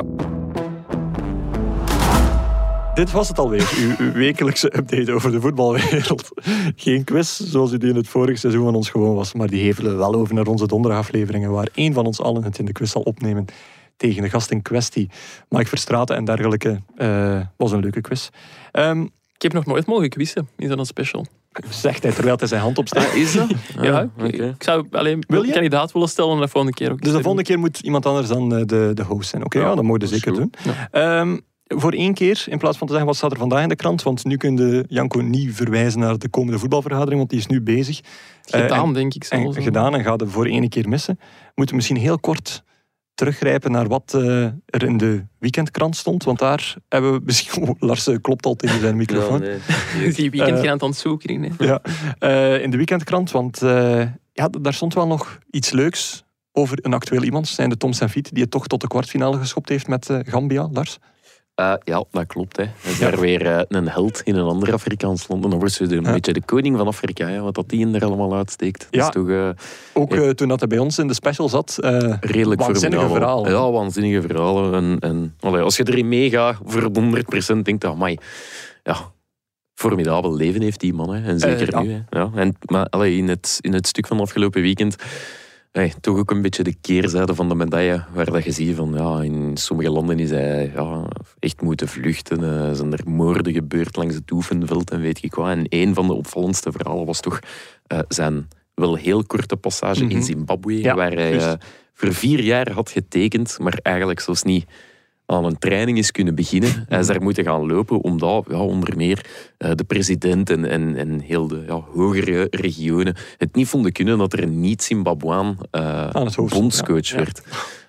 Dit was het alweer, uw wekelijkse update over de voetbalwereld. Geen quiz, zoals u die in het vorige seizoen van ons gewoon was, maar die hevelen we wel over naar onze donderdagafleveringen, waar één van ons allen het in de quiz zal opnemen tegen de gast in kwestie. Mike Verstraeten en dergelijke was een leuke quiz.
Ik heb nog nooit mogen quizzen in zo'n special.
Zegt hij terwijl hij zijn hand opsteekt.
Is dat?
Ja, ik zou alleen een kandidaat willen stellen en de volgende keer ook.
Dus de volgende keer moet iemand anders dan de host zijn. Oké, dat moet je zeker doen. Ja. Voor 1 keer, in plaats van te zeggen wat staat er vandaag in de krant, want nu kun je Janko niet verwijzen naar de komende voetbalvergadering, want die is nu bezig.
Gedaan, denk ik zelfs.
Gedaan en gaat er voor 1 keer missen. Moeten we misschien heel kort teruggrijpen naar wat er in de weekendkrant stond, want daar hebben we misschien... Lars klopt al tegen zijn microfoon.
Die weekendkrant aan het zoeken. Nee.
Ja, in de weekendkrant, want daar stond wel nog iets leuks over een actueel iemand, zijn de Tom Saint-Fiet, die het toch tot de kwartfinale geschopt heeft met Gambia, Lars.
Ja, dat klopt. Hè. Dat is daar weer een held in een ander Afrikaans land. En dan wordt ze een beetje de koning van Afrika, hè, wat dat die er allemaal uitsteekt.
Ja,
is toch,
ook toen dat hij bij ons in de special zat,
redelijk
waanzinnige verhalen.
Ja, waanzinnige verhalen. En als je erin meegaat, voor 100% denkt je, amai, ja, formidabel leven heeft die man. Hè. En zeker nu. Hè. Ja, maar in het stuk van afgelopen weekend... toch ook een beetje de keerzijde van de medaille, waar dat je ziet van, in sommige landen is hij echt moeten vluchten. Zijn er moorden gebeurd langs het oefenveld en weet ik wat. En een van de opvallendste verhalen was toch zijn wel heel korte passage in Zimbabwe, waar hij voor 4 jaar had getekend, maar eigenlijk zelfs niet aan een training is kunnen beginnen. Hij is daar moeten gaan lopen, omdat onder meer de president en heel de hogere regionen het niet vonden kunnen dat er een niet-Zimbabweaan bondscoach werd.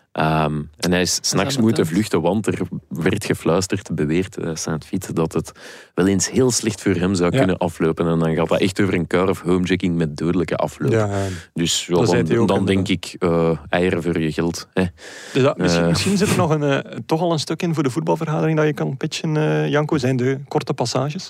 En hij is 's nachts moeten vluchten, want er werd gefluisterd, beweert Saint-Fiet, dat het wel eens heel slecht voor hem zou kunnen aflopen. En dan gaat dat echt over een car of homejacking met dodelijke afloop. Ja. Dus dan denk ik, eieren voor je geld. Hè.
Dus misschien zit er nog toch al een stuk in voor de voetbalvergadering dat je kan pitchen, Janko. Zijn de korte passages?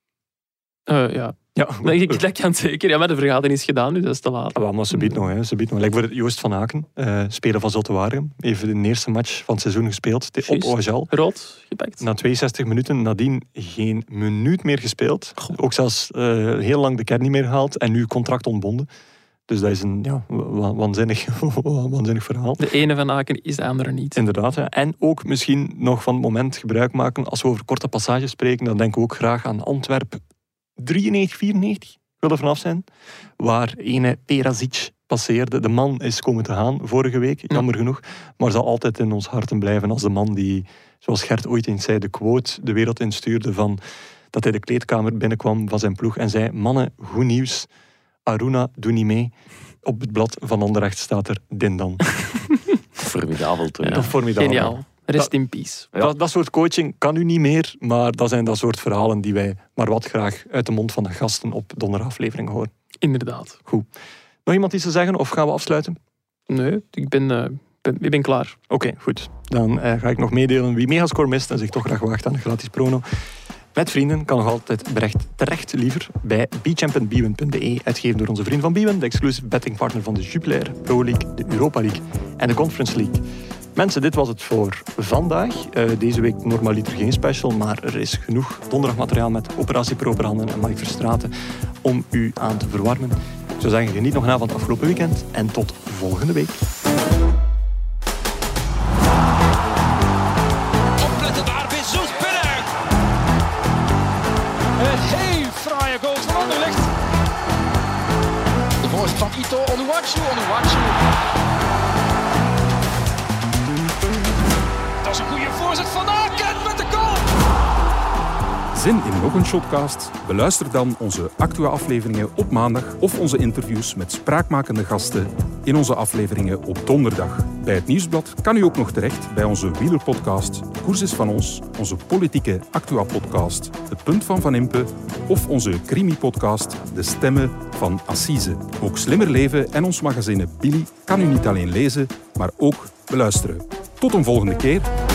Ja, dat kan zeker. Ja, maar de vergadering is gedaan, dus dat is te laat.
Maar ze biedt nog. Like voor Joost van Aken, speler van Zulte Waregem. Even de eerste match van het seizoen gespeeld op Oajal.
Rood gepakt.
Na 62 minuten, nadien geen minuut meer gespeeld. Ook zelfs heel lang de kern niet meer gehaald. En nu contract ontbonden. Dus dat is een waanzinnig verhaal.
De ene van Aken is de andere niet.
Inderdaad. Ja. En ook misschien nog van het moment gebruik maken. Als we over korte passages spreken, dan denken we ook graag aan Antwerpen. 93, 94, ik wil er vanaf zijn, waar ene Perazic passeerde. De man is komen te gaan vorige week, jammer genoeg, maar zal altijd in ons harten blijven als de man die, zoals Gert ooit eens zei, de quote de wereld instuurde van dat hij de kleedkamer binnenkwam van zijn ploeg en zei, mannen, goed nieuws, Aruna doet niet mee. Op het blad van Anderlecht staat er Dindan.
Formidabel toch?
Ja. Formidabel.
Geniaal. Rest in peace.
Ja. Dat soort coaching kan nu niet meer, maar dat zijn dat soort verhalen die wij maar wat graag uit de mond van de gasten op donderdagaflevering horen.
Inderdaad.
Goed. Nog iemand iets te zeggen of gaan we afsluiten?
Nee, ik ben klaar.
Oké, goed. Dan ga ik nog meedelen wie Megascore mist en zich toch graag waagt aan de gratis prono. Met vrienden kan nog altijd terecht liever bij bchamp.bwin.be, uitgegeven door onze vriend van Bwin, de exclusive bettingpartner van de Jupiler Pro League, de Europa League en de Conference League. Mensen, dit was het voor vandaag. Deze week normaliter geen special, maar er is genoeg donderdagmateriaal met Operatie Proberhanden en Mike Verstraeten om u aan te verwarmen. Ik zou zeggen, geniet nog na van het afgelopen weekend en tot volgende week.
Opletten daar, Bezos binnen! Een heel fraaie goal van Anderlecht. De voorzet van Ito, Onuachu. Dat is een goede voorzet van Aken met de goal!
Zin in nog een shotcast? Beluister dan onze Actua-afleveringen op maandag of onze interviews met spraakmakende gasten in onze afleveringen op donderdag. Bij het Nieuwsblad kan u ook nog terecht bij onze wielerpodcast De Koers is van ons, onze politieke Actua-podcast De Punt van Van Impe of onze crimi-podcast De Stemmen van Assise. Ook Slimmer Leven en ons magazine Billy kan u niet alleen lezen, maar ook beluisteren. Tot een volgende keer.